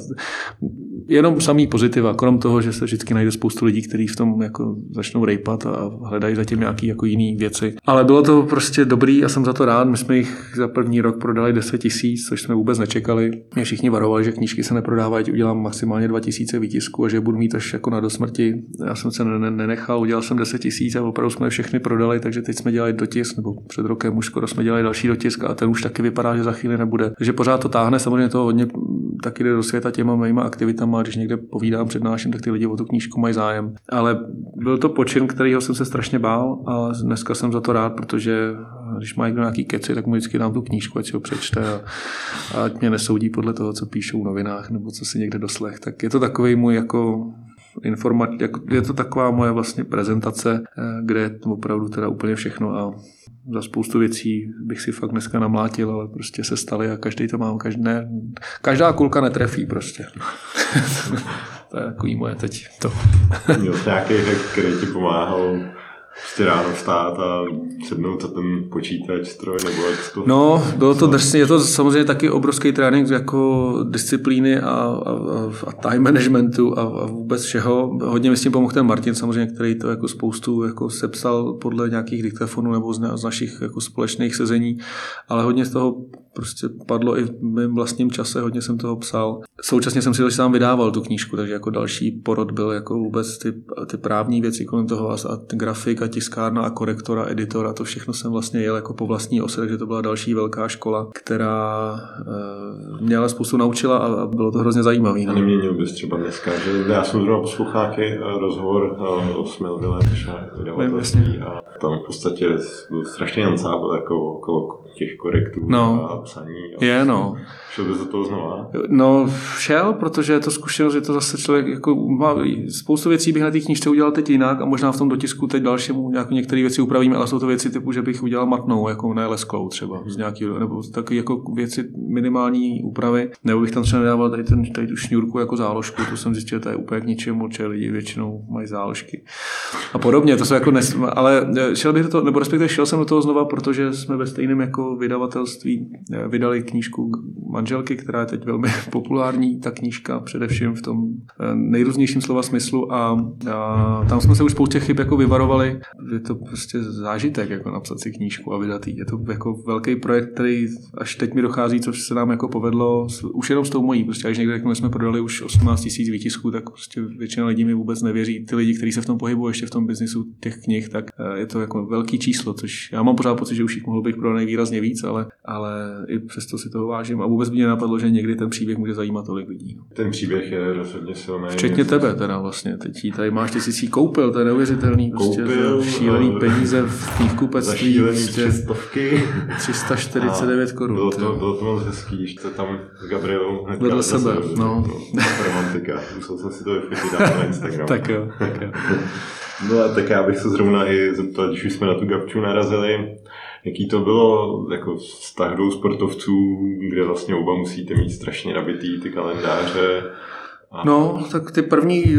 jenom samý pozitiva, krom toho, že se vždycky najde spoustu lidí, kteří v tom jako začnou rejpat a hledají zatím nějaké jako jiné věci. Ale bylo to prostě dobrý a jsem za to rád. My jsme jich za první rok prodali 10 000, což jsme vůbec nečekali. Mě všichni varovali, že knížky se neprodávají, udělám maximálně 2 000 výtisků a že budu mít až jako na dosmrti. Já jsem se nenechal, udělal jsem 10 000 a opravdu jsme je všechny prodali, takže teď jsme dělali dotisk, nebo před rokem už skoro jsme dělali další dotisk a ten už taky vypadá, že za chvíli nebude. Takže pořád to táhne, samozřejmě to hodně taky jde do světa těma mýma aktivitama, když někde povídám, přednáším, tak ty lidi o tu knížku mají zájem. Ale byl to počin, kterýho jsem se strašně bál a dneska jsem za to rád, protože když má někdo nějaký keci, tak mu vždycky dám tu knížku, ať si ho přečte a ať mě nesoudí podle toho, co píšou v novinách nebo co si někde doslech. Tak je to takový můj jako je to taková moje vlastně prezentace, kde je opravdu teda úplně všechno a za spoustu věcí bych si fakt dneska namlátil, ale prostě se staly a každý to mám, každá kulka netrefí prostě. To je takový moje teď to. Měl nějaký hack, který ti pomáhal Prostě ráno vstát a sednout za ten počítač, stroj nebo jak to... No, bylo to drsně, je to samozřejmě taky obrovský trénink jako disciplíny a time managementu a vůbec všeho. Hodně mi s tím pomohl ten Martin samozřejmě, který to jako spoustu jako sepsal podle nějakých diktafonů nebo z našich jako společných sezení, ale hodně z toho prostě padlo i v mém vlastním čase, hodně jsem toho psal. Současně jsem si to sám vydával tu knížku, takže jako další porod byl jako vůbec ty právní věci kolem toho a grafik a tiskárna a korektor a editor a to všechno jsem vlastně jel jako po vlastní ose, takže to byla další velká škola, která mě ale spoustu naučila a bylo to hrozně zajímavý. A neměnil bys třeba dneska, že já jsem zrovna poslouchal nějaký rozhovor s Melvillem, vydavatelství a tam v podstatě byl strašně ansábl jako okolo těch korektů a psaní. No. Šel bys do toho znova? No, šel, protože je to zkušenost, že to zase člověk jako má spoustu věcí bych na té knížce udělal teď jinak a možná v tom dotisku teď dalšímu jako některé věci upravíme, ale jsou to věci typu, že bych udělal matnou, jako ne lesklou třeba, z nějakého, nebo taky jako věci minimální úpravy, nebo bych tam třeba nedával tady tu šňůrku jako záložku, to jsem zjistil, že to je úplně k ničemu, že lidi většinou mají záložky. A podobně, to jsou jako ale šel bych do toho, nebo respektive šel jsem do toho znova, protože jsme ve stejném jako vydavatelství vydali knížku Manželky, která je teď velmi populární, ta knížka především v tom nejrůznějším slova smyslu a tam jsme se už spoustě chyb jako vyvarovali. Je to prostě zážitek jako napsat si knížku a vydat jí. Je to jako velký projekt, který až teď mi dochází, co se nám jako povedlo, už jenom s tou mojí. Prostě až někde řeknu, jsme prodali už 18 000 výtisků, tak prostě většina lidí mi vůbec nevěří. Ty lidi, kteří se v tom pohybují ještě v tom biznisu těch knih, tak je to jako velký číslo, což já mám pořád pocit, že už jich mohlo být prodaný výrazně víc, ale i přesto si toho vážím a vůbec by mě napadlo, že někdy ten příběh může zajímat tolik lidí. Ten příběh je rozhodně silný. Včetně tebe teda vlastně. Teď jí tady máš, ty jsi si koupil, to je neuvěřitelný. Prostě šílený peníze v knihkupectví. Za šílený 300. 349 korun. Bylo to moc hezký, že to tam s Gabrielou vedle sebe. No. Romantika. Musel jsem si to vyfotit na Instagram. Tak jo. No a tak já bych se zrovna i zeptal, když už jsme na tu Gabču narazili, jaký to bylo jako vztah dvou sportovců, kde vlastně oba musíte mít strašně nabitý ty kalendáře. No, tak ty první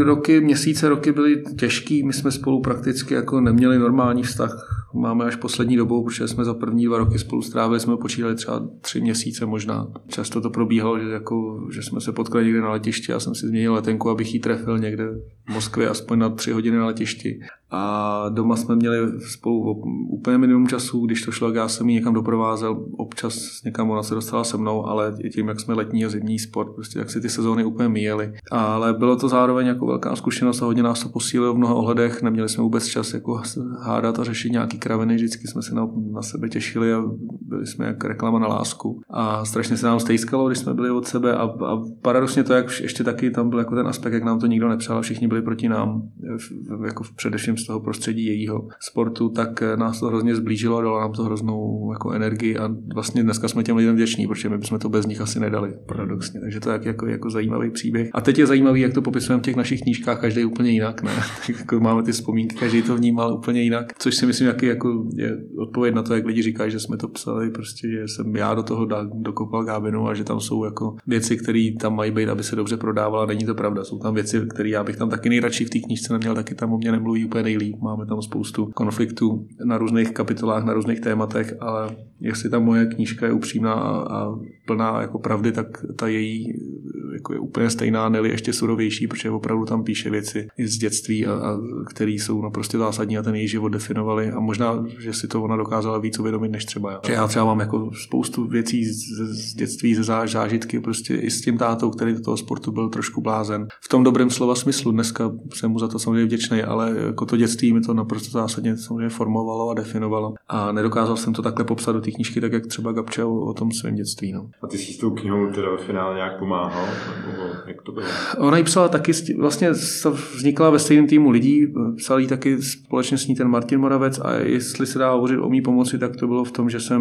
roky byly těžký, my jsme spolu prakticky jako neměli normální vztah. Máme až poslední dobou, protože jsme za první 2 roky spolu strávili, jsme počítali třeba 3 měsíce možná. Často to probíhalo, že jsme se potkali někde na letišti, já jsem si změnil letenku, abych jí trefil někde v Moskvě aspoň na 3 hodiny na letišti. A doma jsme měli spolu úplně minimum času, když to šlo, já jsem ji někam doprovázel, občas někam ona se dostala se mnou, ale tím, jak jsme letní a zimní sport, prostě jak si ty sezóny úplně míjely. Ale bylo to zároveň jako velká zkušenost a hodně nás to posílilo v mnoha ohledech, neměli jsme vůbec čas jako hádat a řešit nějaký kraviny, vždycky jsme se na sebe těšili a byli jsme jak reklama na lásku. A strašně se nám stejskalo, když jsme byli od sebe a paradoxně to, jak ještě taky tam byl jako ten aspekt, jak nám to nikdo nepřál, všichni byli proti nám, jako především z toho prostředí jejího sportu, tak nás to hrozně zblížilo a dalo nám to hroznou jako energii a vlastně dneska jsme těm lidem vděční, protože my bychom to bez nich asi nedali, paradoxně. Takže to je jako zajímavý příběh. A teď je zajímavý, jak to popisujeme v těch našich knížkách, každý úplně jinak, ne? Jako máme ty vzpomínky, každý to vnímal úplně jinak, což si myslím, jako je odpověď na to, jak lidi říkají, že jsme to psali, prostě, že jsem já do toho dokopal Gábinu a že tam jsou jako věci, které tam mají být, aby se dobře prodávala, není to pravda. Jsou tam věci, které já bych tam taky nejradši v té knížce neměl, taky tam o mě nemluví úplně nejlíp. Máme tam spoustu konfliktů na různých kapitolách, na různých tématech, ale jestli ta moje knížka je upřímná a plná jako pravdy, tak ta její jako je úplně stejná, ne ještě surovější, protože opravdu tam píše věci i z dětství, a které jsou naprosto zásadní a ten její život definovali a možná, že si to ona dokázala víc uvědomit než třeba já. Já třeba mám jako spoustu věcí z dětství, ze zážitky, prostě i s tím tátou, který do toho sportu byl trošku blázen. V tom dobrém slova smyslu. Dneska jsem mu za to samozřejmě vděčný, ale jako to dětství mi to naprosto zásadně samozřejmě formovalo a definovalo. A nedokázal jsem to takhle popsat do té knížky, tak jak třeba Gabča o tom svém dětství. No. A ty jsi s tou knihou teda ve finále nějak pomáhal? Nebo jak to bylo? Ona ji psala taky, vlastně vznikla ve stejném týmu lidí, psal jí taky společně s ní ten Martin Moravec a jestli se dá hovořit o mý pomoci, tak to bylo v tom, že jsem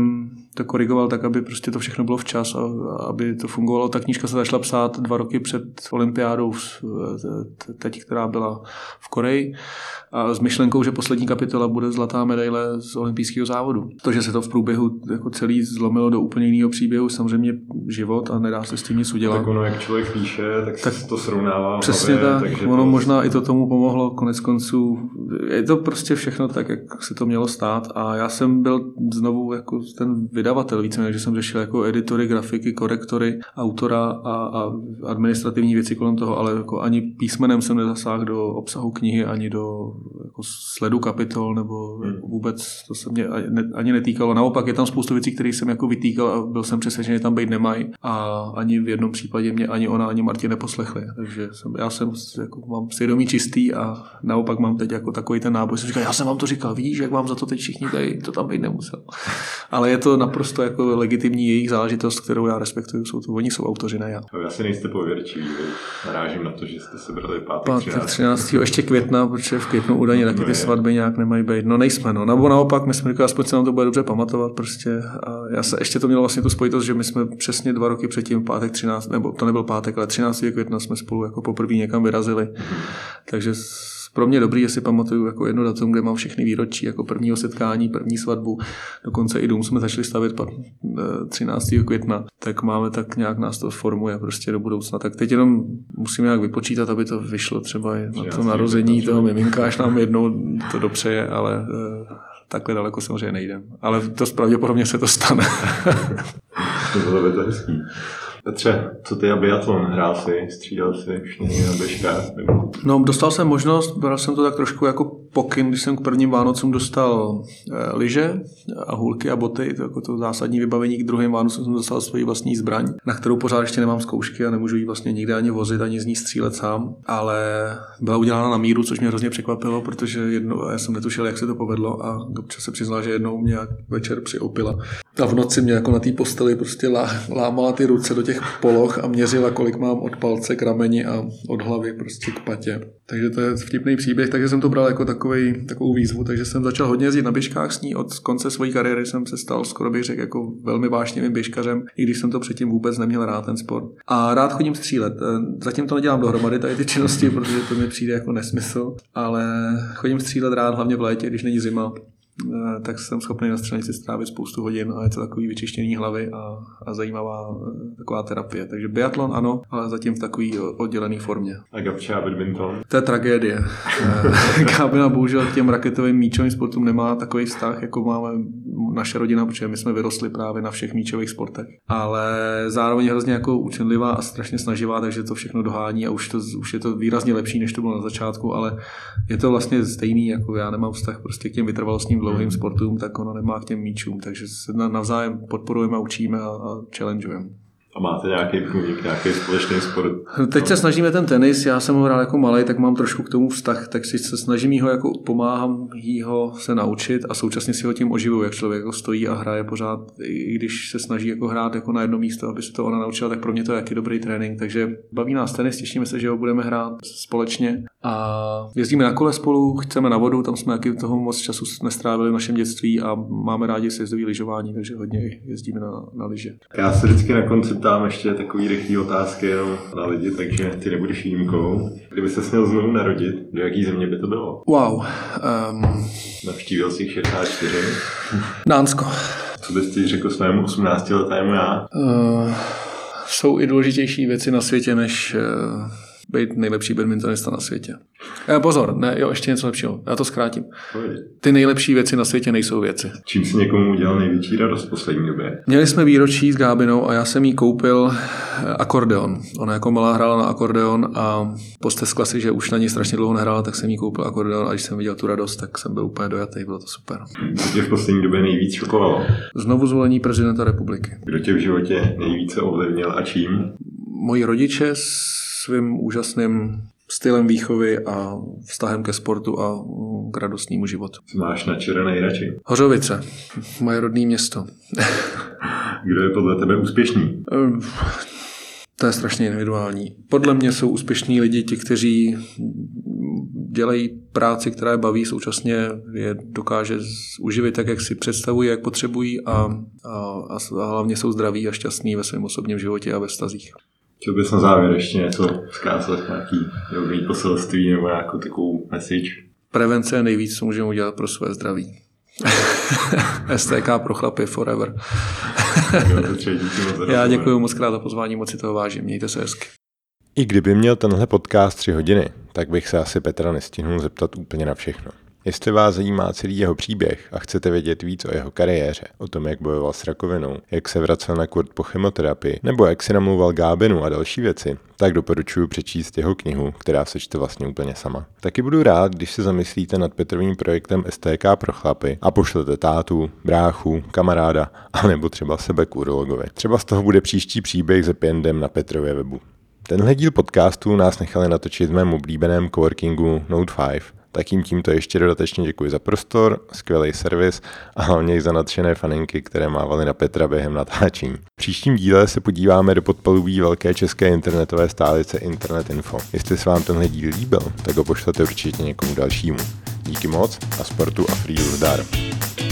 to korigoval tak, aby prostě to všechno bylo včas a aby to fungovalo. Ta knížka se začala psát 2 roky před olympiádou teď, která byla v Koreji, a s myšlenkou, že poslední kapitola bude zlatá medaile z olympijského závodu. To, že se to v průběhu jako celý zlomilo do úplně jiného příběhu, samozřejmě život a nedá se s tím nic udělat. Tak ono, jak člověk píše, tak to srovnává. Přesně tak, ono možná i to tomu pomohlo konec konců. Je to prostě všechno tak, jak se to mělo stát, a já jsem byl znovu jako ten vydavatel víceméně, že jsem řešil jako editory, grafiky, korektory, autora a administrativní věci kolem toho, ale jako ani písmenem jsem nezasáhl do obsahu knihy, ani do jako sledu kapitol, nebo vůbec to se mě ani netýkalo. Naopak je tam spoustu věcí, které jsem jako vytýkal a byl jsem přesvědčen, že tam být nemají, a ani v jednom případě mě ani ona, ani Martin neposlechli. Takže já jsem jako, mám svědomí čistý a naopak mám teď jako takový ten náboj. Jsem říkal, já jsem vám to říkal, vidíš, jak vám za to teď všichni dají, to tam být nemusel. Ale je to naprosto jako legitimní jejich záležitost, kterou já respektuju. Oni jsou autoři, ne já. Vy asi nejste pověrčiví, narážím na to, že jste se brali pátek 13. ještě května, protože v květnu údajně taky ty svatby nějak nemají být. No nejsme, no. Nebo naopak, my jsme říkali, aspoň se nám to bude dobře pamatovat prostě. A já se ještě to mělo vlastně tu spojitost, že my jsme přesně 2 roky předtím, pátek 13, nebo to nebyl pátek, ale 13. května jsme spolu jako poprvé někam vyrazili. Takže pro mě dobrý, jestli pamatuju jako jedno datum, kde mám všechny výročí, jako prvního setkání, první svatbu, dokonce i dům jsme začali stavět 13. května, tak máme tak nějak, nás to formuje prostě do budoucna. Tak teď jenom musíme nějak vypočítat, aby to vyšlo třeba na to narození toho miminka, až nám jednou to dopřeje, ale takhle daleko samozřejmě nejdem. Ale to pravděpodobně se to stane. To je hezký. Petře, co ty a biatlon? Hrál jsi, střídal jsi už někdy na běžkách? No, dostal jsem možnost, bral jsem to tak trošku jako pokyn, když jsem k prvním Vánocům dostal lyže a hůlky a boty, to jako to zásadní vybavení. K druhým Vánocům jsem dostal svoji vlastní zbraň, na kterou pořád ještě nemám zkoušky a nemůžu ji vlastně nikde ani vozit, ani z ní střílet sám, ale byla udělána na míru, což mě hrozně překvapilo, protože já jsem netušil, jak se to povedlo, a Gabča se přiznal, že jednou mě večer přiopila. A v noci mě jako na té posteli prostě lámala ty ruce do těch poloh a měřila, kolik mám od palce k rameni a od hlavy prostě k patě. Takže to je vtipný příběh, takže jsem to bral jako takovou výzvu, takže jsem začal hodně jezdit na běžkách s ní. Od konce své kariéry jsem se stal, skoro bych řekl, jako velmi vášnivým běžkařem, i když jsem to předtím vůbec neměl rád, ten sport. A rád chodím střílet. Zatím to nedělám dohromady, tady ty činnosti, protože to mi přijde jako nesmysl, ale chodím střílet rád, hlavně v létě, když není zima. Tak jsem schopný na střelnici strávit spoustu hodin a je to takový vyčištění hlavy a zajímavá taková terapie. Takže biatlon ano, ale zatím v takový oddělený formě. A Gabča a badminton? To je tragédie. Gábina bohužel k těm raketovým míčovým sportům nemá takový vztah, jako máme naše rodina, protože my jsme vyrostli právě na všech míčových sportech. Ale zároveň je hrozně jako učenlivá a strašně snaživá, takže to všechno dohání a už je to výrazně lepší, než to bylo na začátku, ale je to vlastně stejný, jako já nemám vztah prostě k těm vytrvalostním dlouhým sportům, tak ono nemá k těm míčům, takže se navzájem podporujeme a učíme a challengeujeme. A máte nějaký průnik, nějaký společný sport? Teď se snažíme ten tenis, já jsem ho hrál jako malej, tak mám trošku k tomu vztah, tak si se snažím ho jako pomáhám ho se naučit a současně si ho tím oživuju, jak člověk jako stojí a hraje pořád, i když se snaží jako hrát jako na jedno místo, aby se to ona naučila, tak pro mě to je jaký dobrý trénink, takže baví nás tenis, těšíme se, že ho budeme hrát společně a jezdíme na kole spolu, chceme na vodu, tam jsme taky toho moc času nestrávili v našem dětství a máme rádi sjezdový lyžování, takže hodně jezdíme na lyže. Já se vždycky na konci ptám ještě takový rychlý otázky jenom na lidi, takže ty nebudeš výjimkou. Kdyby se měl znovu narodit, do jaký země by to bylo? Wow. Navštívil jsi 64. Dánsko. Co bys ti řekl svému 18letému já? Jsou i důležitější věci na světě, než být nejlepší badmintonista na světě. Pozor, ne, jo, ještě něco lepšího. Já to zkrátím. Ty nejlepší věci na světě nejsou věci. Čím si někomu udělal největší radost v poslední době? Měli jsme výročí s Gábinou a já jsem jí koupil akordeon. Ona jako malá hrála na akordeon a posteskla si, že už na ní strašně dlouho nehrála, tak jsem jí koupil akordeon a když jsem viděl tu radost, tak jsem byl úplně dojatý, bylo to super. Co tě v poslední době nejvíc šokovalo? Znovu zvolení prezidenta republiky. Kdo tě v životě nejvíce ovlivnil a čím? Moji rodiče svým úžasným stylem výchovy a vztahem ke sportu a k radostnému životu. Co máš na čere nejradši? Hořovice, moje rodné město. Kdo je podle tebe úspěšný? To je strašně individuální. Podle mě jsou úspěšní lidi ti, kteří dělají práci, která je baví, současně je dokáže uživit tak, jak si představují, jak potřebují a hlavně jsou zdraví a šťastní ve svém osobním životě a ve vztazích. Chtěl bys na závěr ještě něco vzkázat, nějaký dobrý poselství nebo nějakou takovou message? Prevence je nejvíc, co můžeme udělat pro své zdraví. STK pro chlapy forever. Já děkuji moc krát za pozvání, moc si toho vážím. Mějte se hezky. I kdyby měl tenhle podcast 3 hodiny, tak bych se asi Petra nestihnul zeptat úplně na všechno. Jestli vás zajímá celý jeho příběh a chcete vědět víc o jeho kariéře, o tom, jak bojoval s rakovinou, jak se vracel na kurt po chemoterapii, nebo jak si namlouval gábinu a další věci, tak doporučuji přečíst jeho knihu, která se čte vlastně úplně sama. Taky budu rád, když se zamyslíte nad Petrovým projektem STK pro chlapy a pošlete tátu, bráchu, kamaráda, anebo třeba sebe k urologovi. Třeba z toho bude příští příběh s happy endem na Petrově webu. Tenhle díl podcastu nás nechali natočit v mém oblíbeném coworkingu Note 5, tak jim tímto ještě dodatečně děkuji za prostor, skvělý servis a hlavně i za nadšené faninky, které mávaly na Petra během natáčení. V příštím díle se podíváme do podpalubí velké české internetové stálice Internet Info. Jestli se vám tenhle díl líbil, tak ho pošlete určitě někomu dalšímu. Díky moc a sportu a freelu zdar.